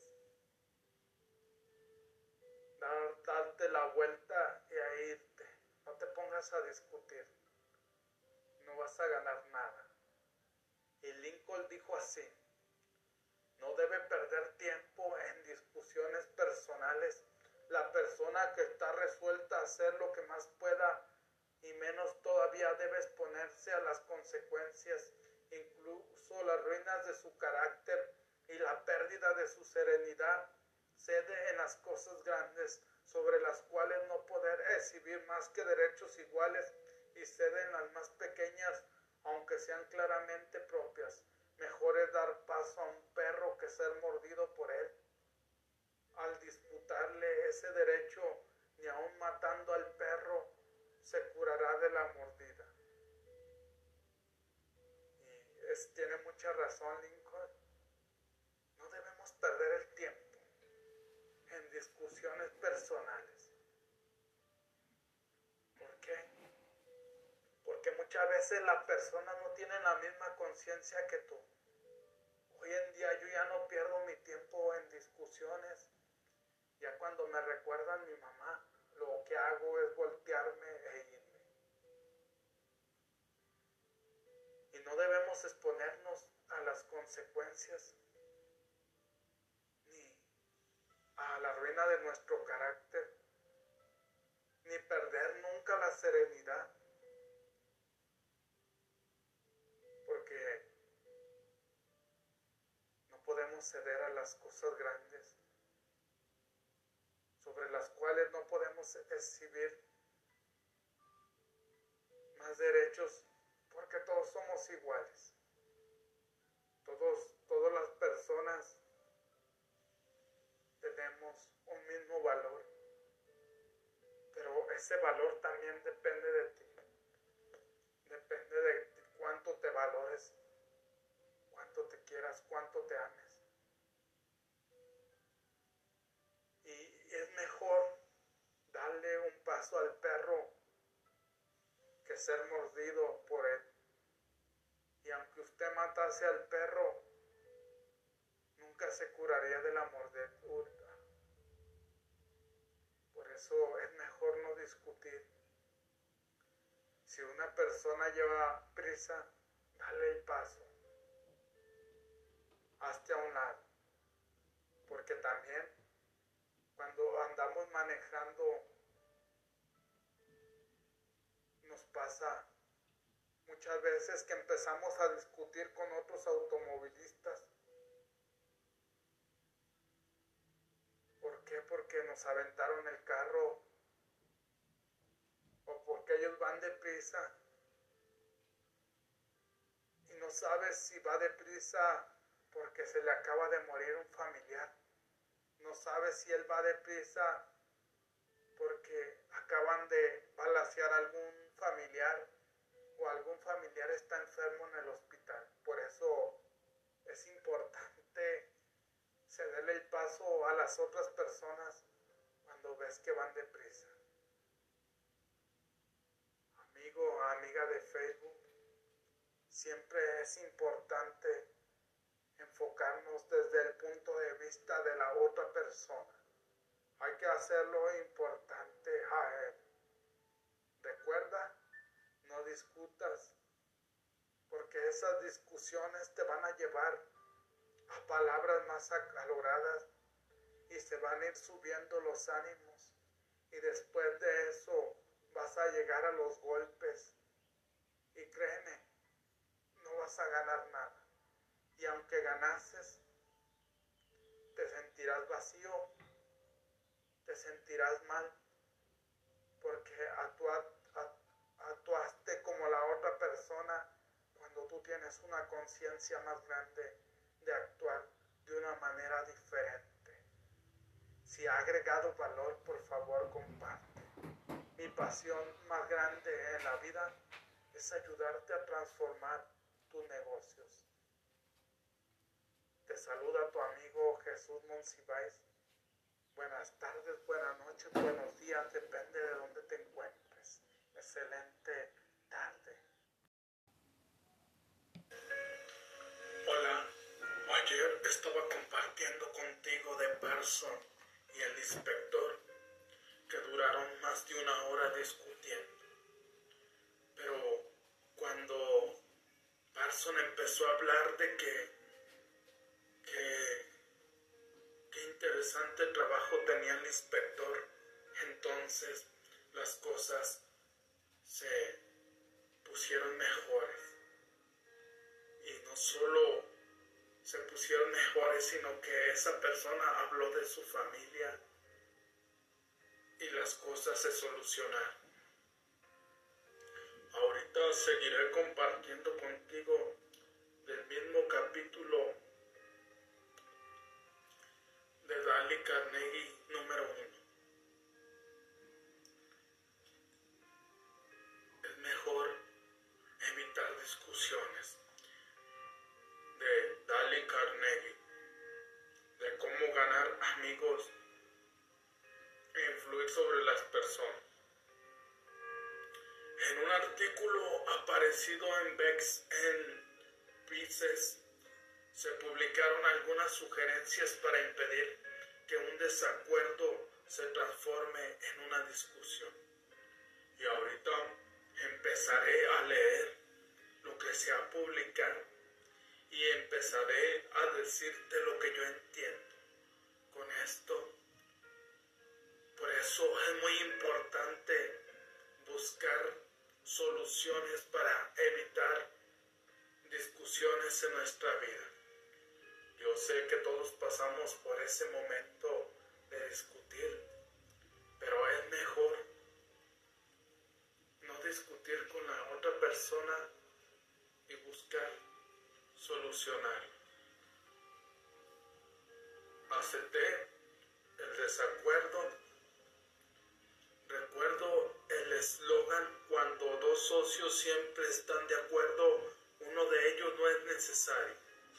dar, darte la vuelta y a irte. No te pongas a discutir. No vas a ganar nada. Y Lincoln dijo así: no debe perder tiempo en discusiones personales. La persona que está resuelta a hacer lo que más pueda y menos todavía debe exponerse a las consecuencias, incluso las ruinas de su carácter y la pérdida de su serenidad. Cede en las cosas grandes sobre las cuales no poder exhibir más que derechos iguales, y cede en las más pequeñas aunque sean claramente propias. Mejor es dar paso a un perro que ser mordido por él. Al disputarle ese derecho, ni aun matando al perro, se curará de la mordida. Y es, tiene mucha razón Lincoln. No debemos perder el tiempo en discusiones personales. ¿Por qué? Porque muchas veces las personas no tienen la misma conciencia que tú. Hoy en día yo ya no pierdo mi tiempo en discusiones. Ya cuando me recuerdan mi mamá, lo que hago es voltearme e irme. Y no debemos exponernos a las consecuencias ni a la ruina de nuestro carácter, ni perder nunca la serenidad. Porque no podemos ceder a las cosas grandes, sobre las cuales no podemos exhibir más derechos, porque todos somos iguales. Todos, todas las personas tenemos un mismo valor, pero ese valor también depende de ti. Depende de cuánto te valores, cuánto te quieras, cuánto te ames. Y es mejor darle un paso al perro que ser mordido por él. Y aunque usted matase al perro, nunca se curaría de la mordedura. Por eso es mejor no discutir. Si una persona lleva prisa, dale el paso. Hazte a un lado. Porque también cuando andamos manejando nos pasa muchas veces que empezamos a discutir con otros automovilistas. ¿Por qué? Porque nos aventaron el carro, o porque ellos van deprisa y no sabes si va deprisa porque se le acaba de morir un familiar. No sabes si él va deprisa porque acaban de balacear a algún familiar o algún familiar está enfermo en el hospital. Por eso es importante cederle el paso a las otras personas cuando ves que van deprisa. Amigo, amiga de Facebook, siempre es importante enfocarnos desde el punto de vista de la otra persona. Hay que hacerlo importante a él. Recuerda, no discutas, porque esas discusiones te van a llevar a palabras más acaloradas y se van a ir subiendo los ánimos, y después de eso vas a llegar a los golpes, y créeme, no vas a ganar nada, y aunque ganases, te sentirás vacío, te sentirás mal, porque actua, actuaste como la otra persona cuando tú tienes una conciencia más grande de actuar de una manera diferente. Si ha agregado valor, por favor, comparte. Mi pasión más grande en la vida es ayudarte a transformar tus negocios. Te saluda tu amigo Jesús Monsiváis. Buenas tardes, buenas noches, buenos días, depende de dónde te encuentres. Excelente tarde. Hola, ayer estaba compartiendo contigo de Parson y el inspector, que duraron más de una hora discutiendo. Pero cuando Parson empezó a hablar de que, que qué interesante trabajo tenía el inspector, entonces las cosas se pusieron mejores. Y no solo se pusieron mejores, sino que esa persona habló de su familia y las cosas se solucionaron. Ahorita seguiré compartiendo contigo del mismo capítulo de Dale Carnegie número uno. Es mejor evitar discusiones, de Dale Carnegie, de cómo ganar amigos e influir sobre las personas. En un artículo aparecido en Bex en Pieces, se publicaron algunas sugerencias para impedir que un desacuerdo se transforme en una discusión. Y ahorita empezaré a leer lo que se ha publicado y empezaré a decirte lo que yo entiendo con esto. Por eso es muy importante buscar soluciones para evitar discusiones en nuestra vida. Yo sé que todos pasamos por ese momento de discutir, pero es mejor no discutir con la otra persona y buscar solucionar. Acepté el desacuerdo. Recuerdo el eslogan: cuando dos socios siempre están de acuerdo, uno de ellos no es necesario.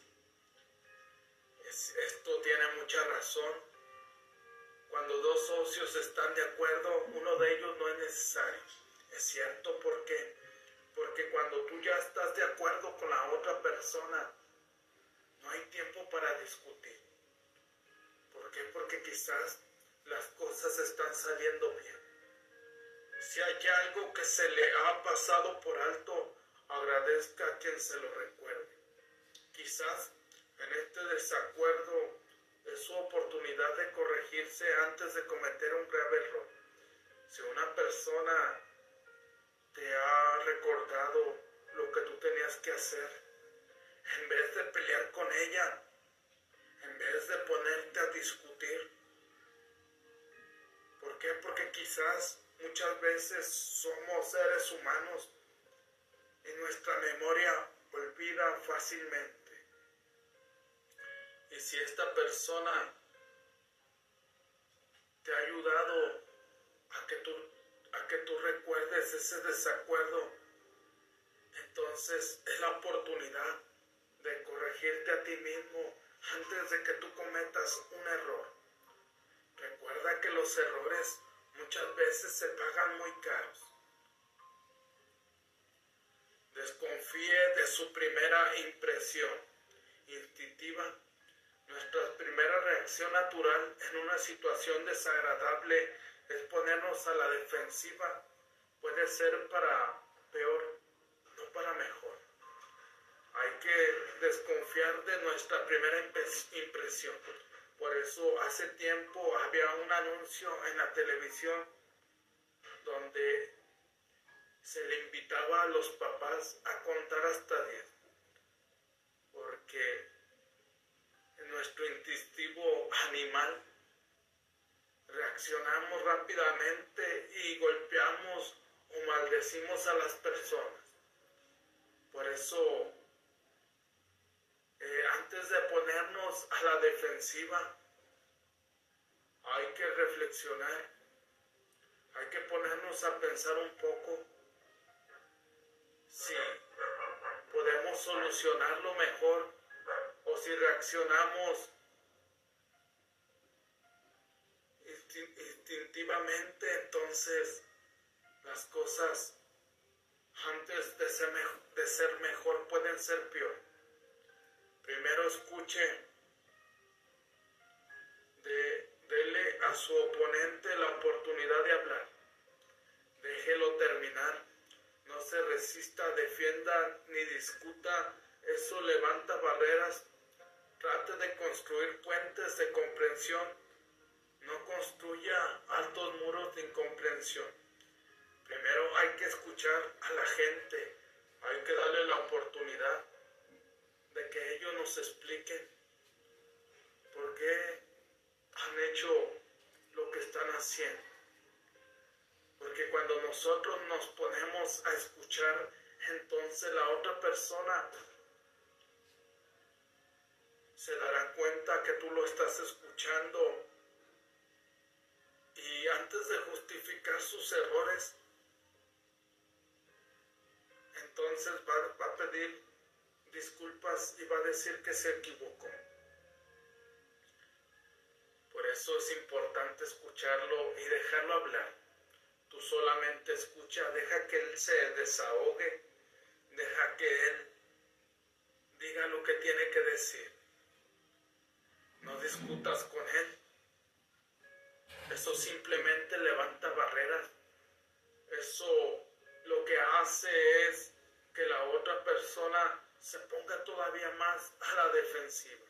Es, esto tiene mucha razón. Cuando dos socios están de acuerdo, uno de ellos no es necesario. Es cierto, ¿por qué? Porque cuando tú ya estás de acuerdo con la otra persona, no hay tiempo para discutir. ¿Por qué? Porque quizás las cosas están saliendo bien. Si hay algo que se le ha pasado por alto, agradezca a quien se lo recuerde. Quizás en este desacuerdo es su oportunidad de corregirse antes de cometer un grave error. Si una persona te ha recordado lo que tú tenías que hacer, en vez de pelear con ella, en vez de ponerte a discutir. ¿Por qué? Porque quizás muchas veces somos seres humanos y nuestra memoria olvida fácilmente. Y si esta persona te ha ayudado a que tú, a que tú recuerdes ese desacuerdo, entonces es la oportunidad de corregirte a ti mismo antes de que tú cometas un error. Recuerda que los errores muchas veces se pagan muy caros. Desconfíe de su primera impresión instintiva. Nuestra primera reacción natural en una situación desagradable es ponernos a la defensiva, pues puede ser para peor, no para mejor. Hay que desconfiar de nuestra primera impresión. Por eso hace tiempo había un anuncio en la televisión donde se le invitaba a los papás a contar hasta diez, porque en nuestro instintivo animal reaccionamos rápidamente y golpeamos o maldecimos a las personas. Por eso, eh, antes de ponernos a la defensiva, hay que reflexionar, hay que ponernos a pensar un poco si podemos solucionarlo mejor o si reaccionamos instintivamente. Entonces las cosas antes de ser, de ser mejor pueden ser peor. Primero escuche, de, dele a su oponente la oportunidad de hablar, déjelo terminar, no se resista, defienda ni discuta, eso levanta barreras. Trate de construir puentes de comprensión, no construya altos muros de incomprensión. Primero hay que escuchar a la gente, hay que darle la oportunidad de que ellos nos expliquen por qué han hecho lo que están haciendo. Porque cuando nosotros nos ponemos a escuchar, entonces la otra persona se dará cuenta que tú lo estás escuchando y antes de justificar sus errores, entonces va, va a pedir disculpas y va a decir que se equivocó. Por eso es importante escucharlo y dejarlo hablar. Tú solamente escucha, deja que él se desahogue, deja que él diga lo que tiene que decir. No discutas con él. Eso simplemente levanta barreras. Eso lo que hace es que la otra persona se ponga todavía más a la defensiva.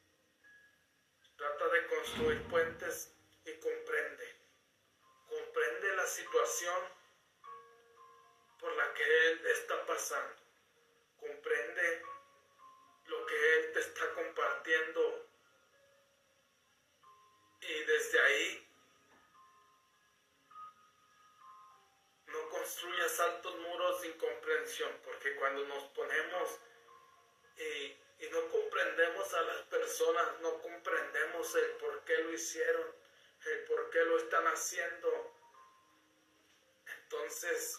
Trata de construir puentes y comprende. Comprende la situación por la que él está pasando. Comprende lo que él te está compartiendo. Y desde ahí no construyas altos muros de incomprensión, porque cuando nos ponemos y, y no comprendemos a las personas, no comprendemos el por qué lo hicieron, el por qué lo están haciendo, entonces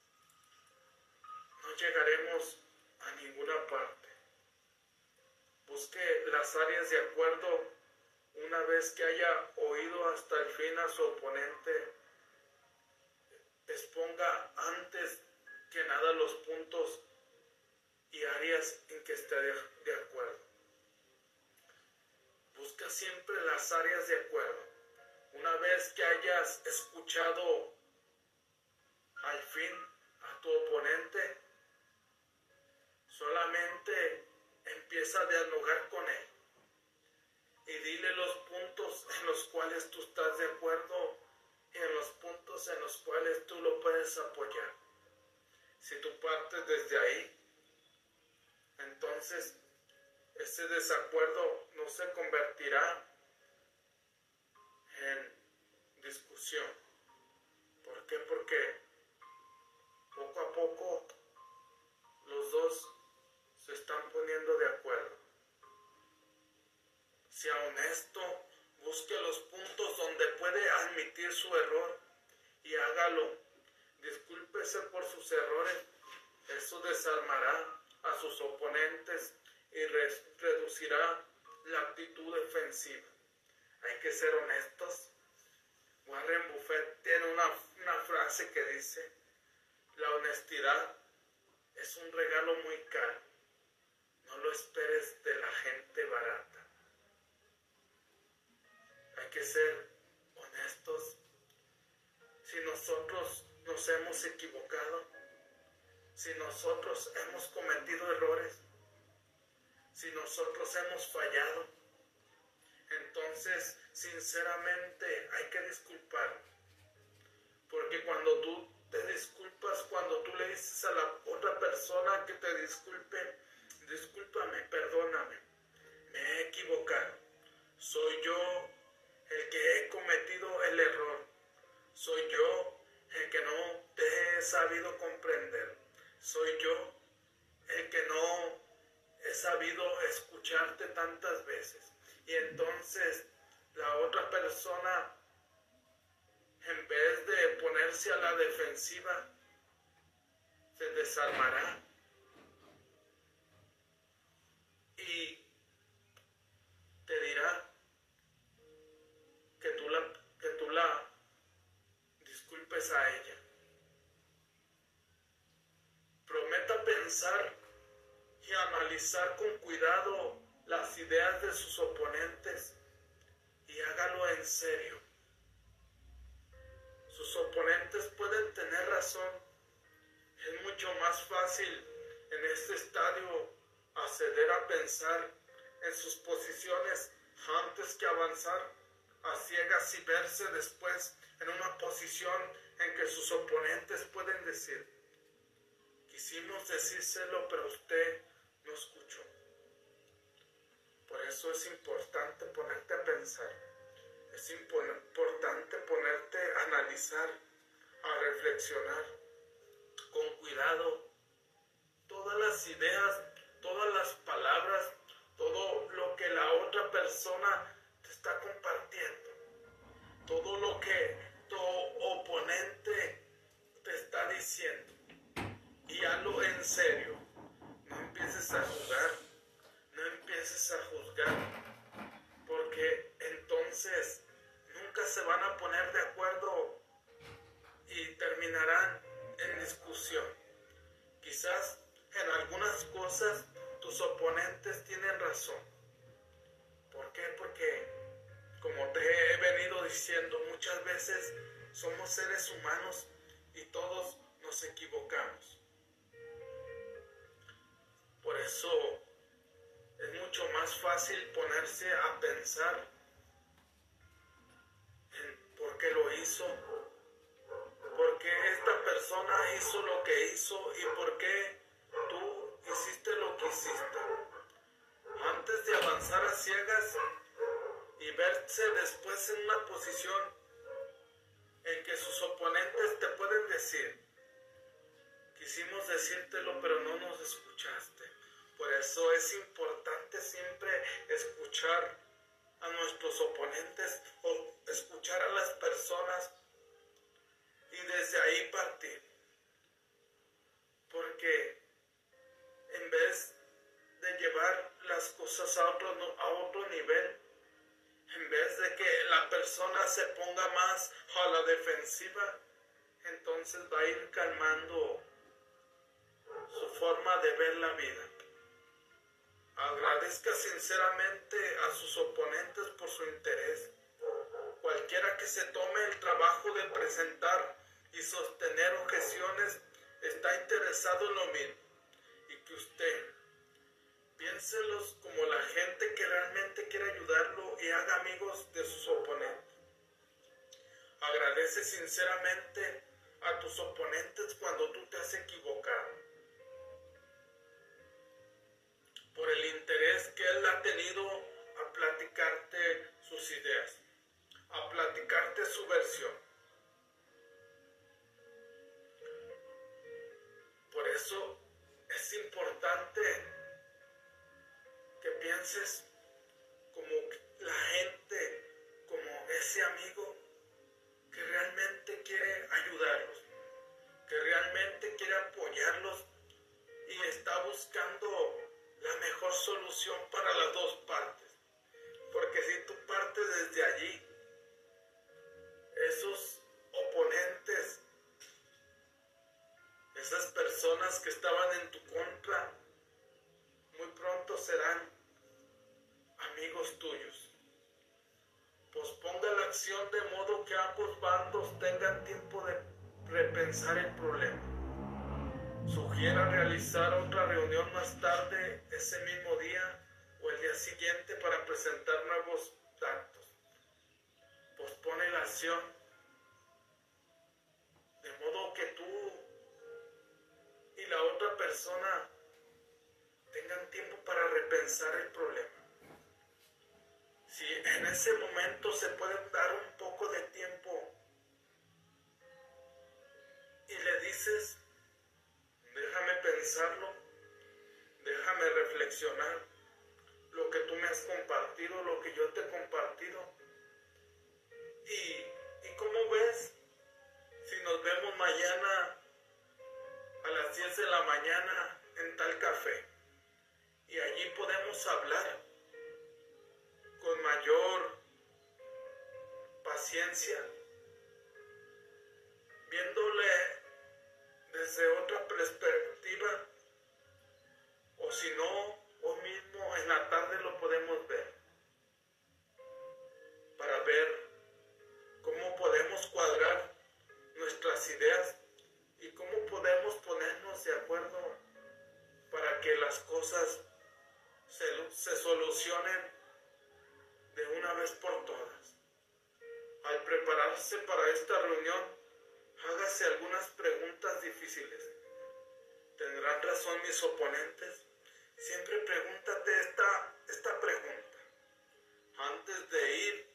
no llegaremos a ninguna parte. Busque las áreas de acuerdo. Una vez que haya oído hasta el fin a su oponente, exponga antes que nada los puntos y áreas en que esté de, de acuerdo. Busca siempre las áreas de acuerdo. Una vez que hayas escuchado al fin a tu oponente, solamente empieza a dialogar con él. Y dile los puntos en los cuales tú estás de acuerdo y en los puntos en los cuales tú lo puedes apoyar. Si tú partes desde ahí, entonces ese desacuerdo no se convertirá en discusión. ¿Por qué? Porque poco a poco los dos se están poniendo de acuerdo. Sea honesto, busque los puntos donde puede admitir su error y hágalo. Discúlpese por sus errores. Eso desarmará a sus oponentes y re- reducirá la actitud defensiva. Hay que ser honestos. Warren Buffett tiene una, una frase que dice: la honestidad es un regalo muy caro. No lo esperes de la gente barata. Hay que ser honestos. Si nosotros nos nos hemos equivocado, si nosotros hemos cometido errores, si nosotros hemos fallado, entonces sinceramente hay que disculpar. Porque cuando tú te disculpas, cuando tú le dices a la otra persona que te disculpe, discúlpame, perdóname, me he equivocado, soy yo el que he cometido el error, soy yo el que no te he sabido comprender, soy yo el que no he sabido escucharte tantas veces. Y entonces la otra persona, en vez de ponerse a la defensiva, se desarmará y te dirá que tú la, que tú la disculpes a ella. Prometa pensar y analizar con cuidado las ideas de sus oponentes y hágalo en serio. Sus oponentes pueden tener razón. Es mucho más fácil en este estadio acceder a pensar en sus posiciones antes que avanzar a ciegas y verse después en una posición en que sus oponentes pueden decir: quisimos decírselo, pero usted no escuchó. Por eso es importante ponerte a pensar, es importante ponerte a analizar, a reflexionar con cuidado todas las ideas, todas las palabras, todo lo que la otra persona te está compartiendo, todo lo que tu oponente te está diciendo. Y hazlo en serio, no empieces a jugar, no empieces a juzgar, porque entonces nunca se van a poner de acuerdo y terminarán en discusión. Quizás en algunas cosas tus oponentes tienen razón. ¿Por qué? Porque, como te he venido diciendo, muchas veces somos seres humanos y todos nos equivocamos. Por eso es mucho más fácil ponerse a pensar en por qué lo hizo, por qué esta persona hizo lo que hizo y por qué tú hiciste lo que hiciste. Antes de avanzar a ciegas y verse después en una posición en que sus oponentes te pueden decir: quisimos decírtelo, pero no nos escuchaste. Por eso es importante siempre escuchar a nuestros oponentes o escuchar a las personas y desde ahí partir. Porque en vez de llevar las cosas a otro, a otro nivel, en vez de que la persona se ponga más a la defensiva, entonces va a ir calmando su forma de ver la vida. Agradezca sinceramente a sus oponentes por su interés. Cualquiera que se tome el trabajo de presentar y sostener objeciones está interesado en lo mismo. Y que usted piénselos como la gente que realmente quiere ayudarlo y haga amigos de sus oponentes. Agradece sinceramente a tus oponentes cuando tú te has equivocado, por el interés que él ha tenido a platicarte sus ideas, a platicarte su versión. Por eso es importante que pienses como la gente, como ese amigo que realmente quiere ayudarlos, que realmente quiere apoyarlos y está buscando la mejor solución para las dos partes. Porque si tú partes desde allí, esos oponentes, esas personas que estaban en tu contra, muy pronto serán amigos tuyos. Posponga la acción de modo que ambos bandos tengan tiempo de repensar el problema. Sugiera realizar otra reunión más tarde ese mismo día o el día siguiente para presentar nuevos datos. Pospone la acción de modo que tú y la otra persona tengan tiempo para repensar el problema. Si en ese momento se pueden dar un poco de tiempo y le dices, déjame pensarlo, déjame reflexionar lo que tú me has compartido, lo que yo te he compartido. Y, y ¿cómo ves? Si nos vemos mañana a las diez de la mañana en tal café y allí podemos hablar con mayor paciencia, viéndole desde otra perspectiva, o si no, hoy mismo en la tarde lo podemos ver, para ver cómo podemos cuadrar nuestras ideas y cómo podemos ponernos de acuerdo para que las cosas se, se solucionen de una vez por todas. Al prepararse para esta reunión, hágase algunas preguntas difíciles. ¿Tendrán razón mis oponentes? Siempre pregúntate esta, esta pregunta. Antes de ir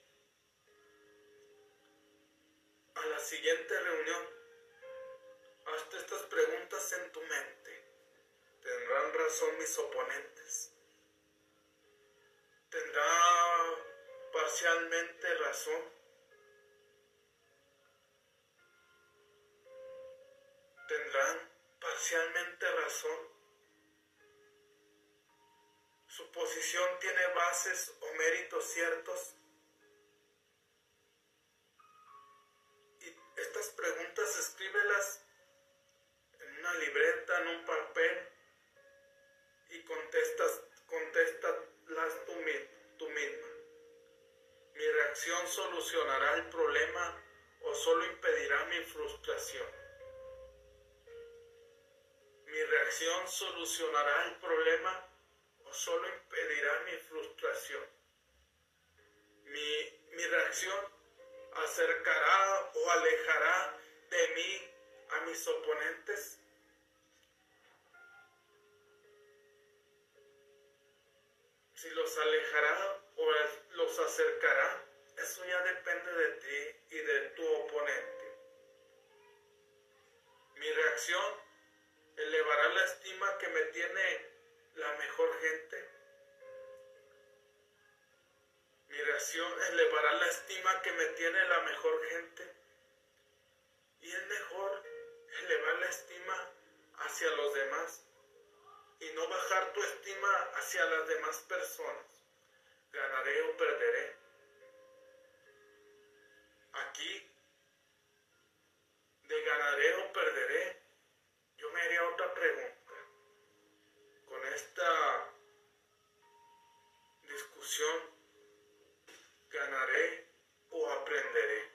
a la siguiente reunión, hazte estas preguntas en tu mente. ¿Tendrán razón mis oponentes? ¿Tendrá parcialmente razón? ¿Tendrán parcialmente razón? ¿Su posición tiene bases o méritos ciertos? Y estas preguntas escríbelas en una libreta, en un papel, y contestas, contéstalas tú mismo, tú misma. ¿Mi reacción solucionará el problema o solo impedirá mi frustración? ¿Mi reacción solucionará el problema o solo impedirá mi frustración? ¿Mi, mi reacción acercará o alejará de mí a mis oponentes? Si los alejará o los acercará, eso ya depende de ti y de tu oponente. Mi reacción elevará la estima que me tiene la mejor gente. Mi reacción elevará la estima que me tiene la mejor gente. Y es mejor elevar la estima hacia los demás y no bajar tu estima hacia las demás personas. ¿Ganaré o perderé? Aquí, de ganaré o perderé, yo me haría otra pregunta. Con esta discusión, ¿ganaré o aprenderé?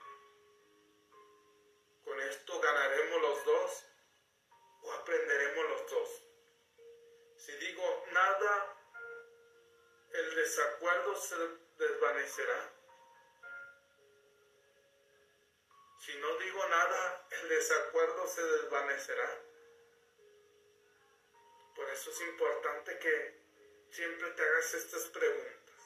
¿Con esto ganaremos los dos o aprenderemos los dos? Si digo nada, el desacuerdo se desvanecerá. Si no digo nada, el desacuerdo se desvanecerá. Por eso es importante que siempre te hagas estas preguntas.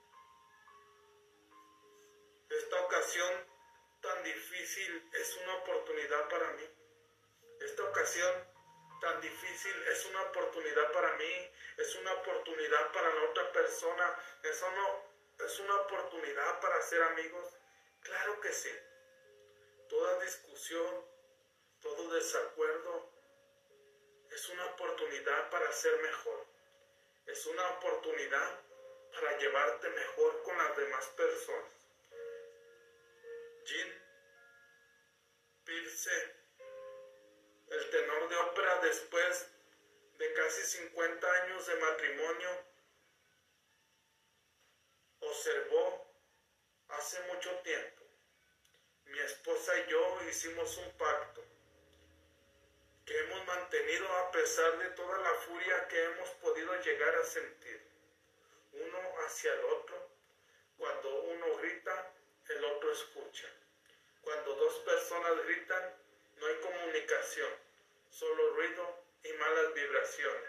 Esta ocasión tan difícil es una oportunidad para mí. Esta ocasión tan difícil es una oportunidad para mí, es una oportunidad para la otra persona, eso no, es una oportunidad para ser amigos. Claro que sí. Toda discusión, todo desacuerdo es una oportunidad para ser mejor. Es una oportunidad para llevarte mejor con las demás personas. Jean Pierce, el tenor de ópera, después de casi cincuenta años de matrimonio, observó hace mucho tiempo: mi esposa y yo hicimos un pacto. que hemos mantenido a pesar de toda la furia que hemos podido llegar a sentir, uno hacia el otro. Cuando uno grita, el otro escucha. Cuando dos personas gritan, no hay comunicación, solo ruido y malas vibraciones.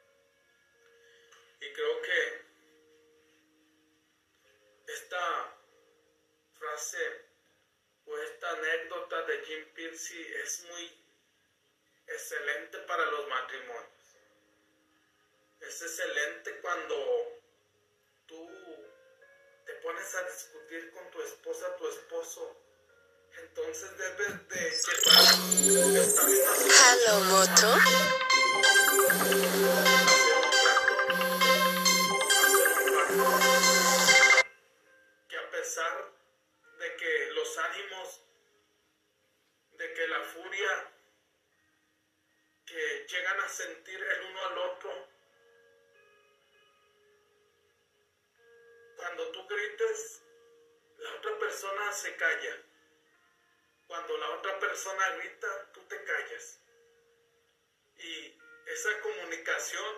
Y creo que esta frase o esta anécdota de Jim Piercy es muy excelente para los matrimonios. Es excelente cuando tú te pones a discutir con tu esposa, tu esposo. Entonces debes de llevar esta misma Hello, Moto. Que a pesar de que los ánimos, de que la furia que llegan a sentir el uno al otro, cuando tú grites, la otra persona se calla. Cuando la otra persona grita, tú te callas. Y esa comunicación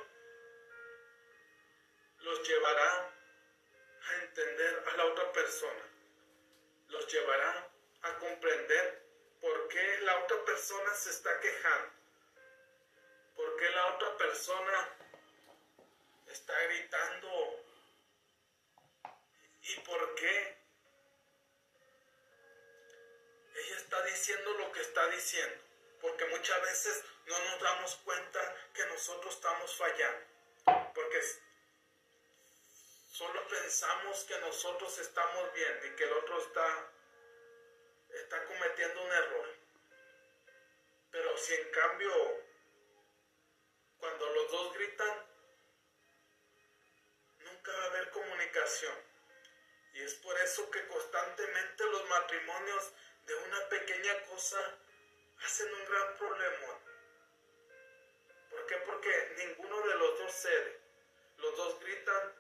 los llevará a entender a la otra persona. Los llevará a comprender por qué la otra persona se está quejando. Por qué la otra persona está gritando. Y por qué ella está diciendo lo que está diciendo. Porque muchas veces no nos damos cuenta que nosotros estamos fallando. Porque solo pensamos que nosotros estamos bien y que el otro está, está cometiendo un error. Pero si en cambio, cuando los dos gritan, nunca va a haber comunicación. Y es por eso que constantemente los matrimonios de una pequeña cosa hacen un gran problema. ¿Por qué? Porque ninguno de los dos cede. Los dos gritan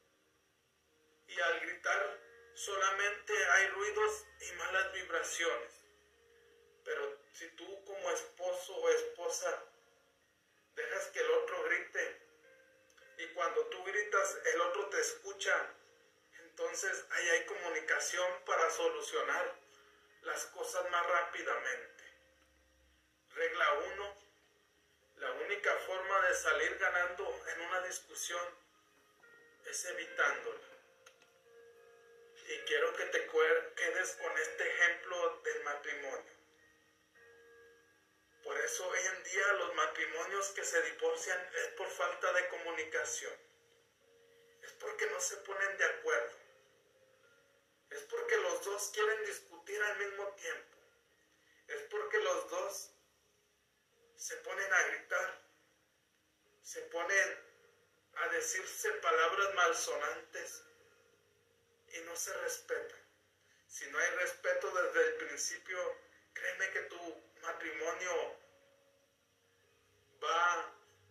y al gritar solamente hay ruidos y malas vibraciones. Pero si tú como esposo o esposa dejas que el otro grite y cuando tú gritas el otro te escucha, entonces ahí hay comunicación para solucionar las cosas más rápidamente. Regla uno. La única forma de salir ganando en una discusión es evitándola. Y quiero que te quedes con este ejemplo del matrimonio. Por eso hoy en día los matrimonios que se divorcian es por falta de comunicación. Es porque no se ponen de acuerdo. Es porque los dos quieren discutir al mismo tiempo. Es porque los dos se ponen a gritar. Se ponen a decirse palabras malsonantes y no se respetan. Si no hay respeto desde el principio, créeme que tu matrimonio va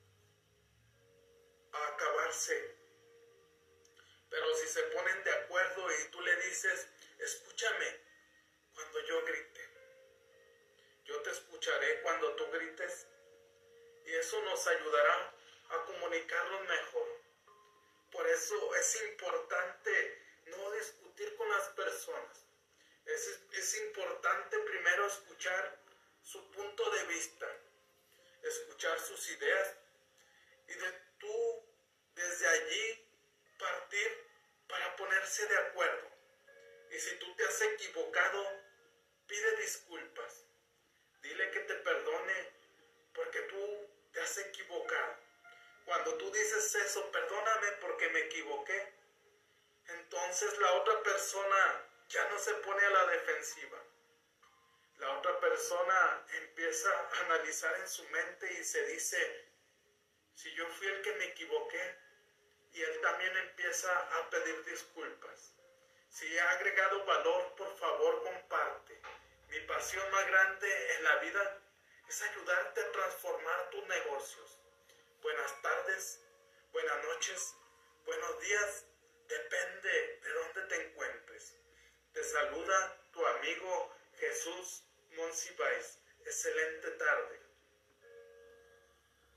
a acabarse. Pero si se ponen de acuerdo y tú le dices, escúchame cuando yo grite, yo te escucharé cuando tú grites, y eso nos ayudará a comunicarnos mejor. Por eso es importante no discutir con las personas. Es, es importante primero escuchar su punto de vista, escuchar sus ideas y de tú desde allí partir para ponerse de acuerdo. Y si tú te has equivocado, pide disculpas. Dile que te perdone porque tú te has equivocado. Cuando tú dices eso, perdóname porque me equivoqué, entonces la otra persona ya no se pone a la defensiva. La otra persona empieza a analizar en su mente y se dice, si yo fui el que me equivoqué, y él también empieza a pedir disculpas. Si ha agregado valor, por favor comparte. Mi pasión más grande en la vida es ayudarte a transformar tus negocios. Buenas tardes, buenas noches, buenos días, depende de dónde te encuentres. Te saluda tu amigo Jesús Monsiváis. Excelente tarde.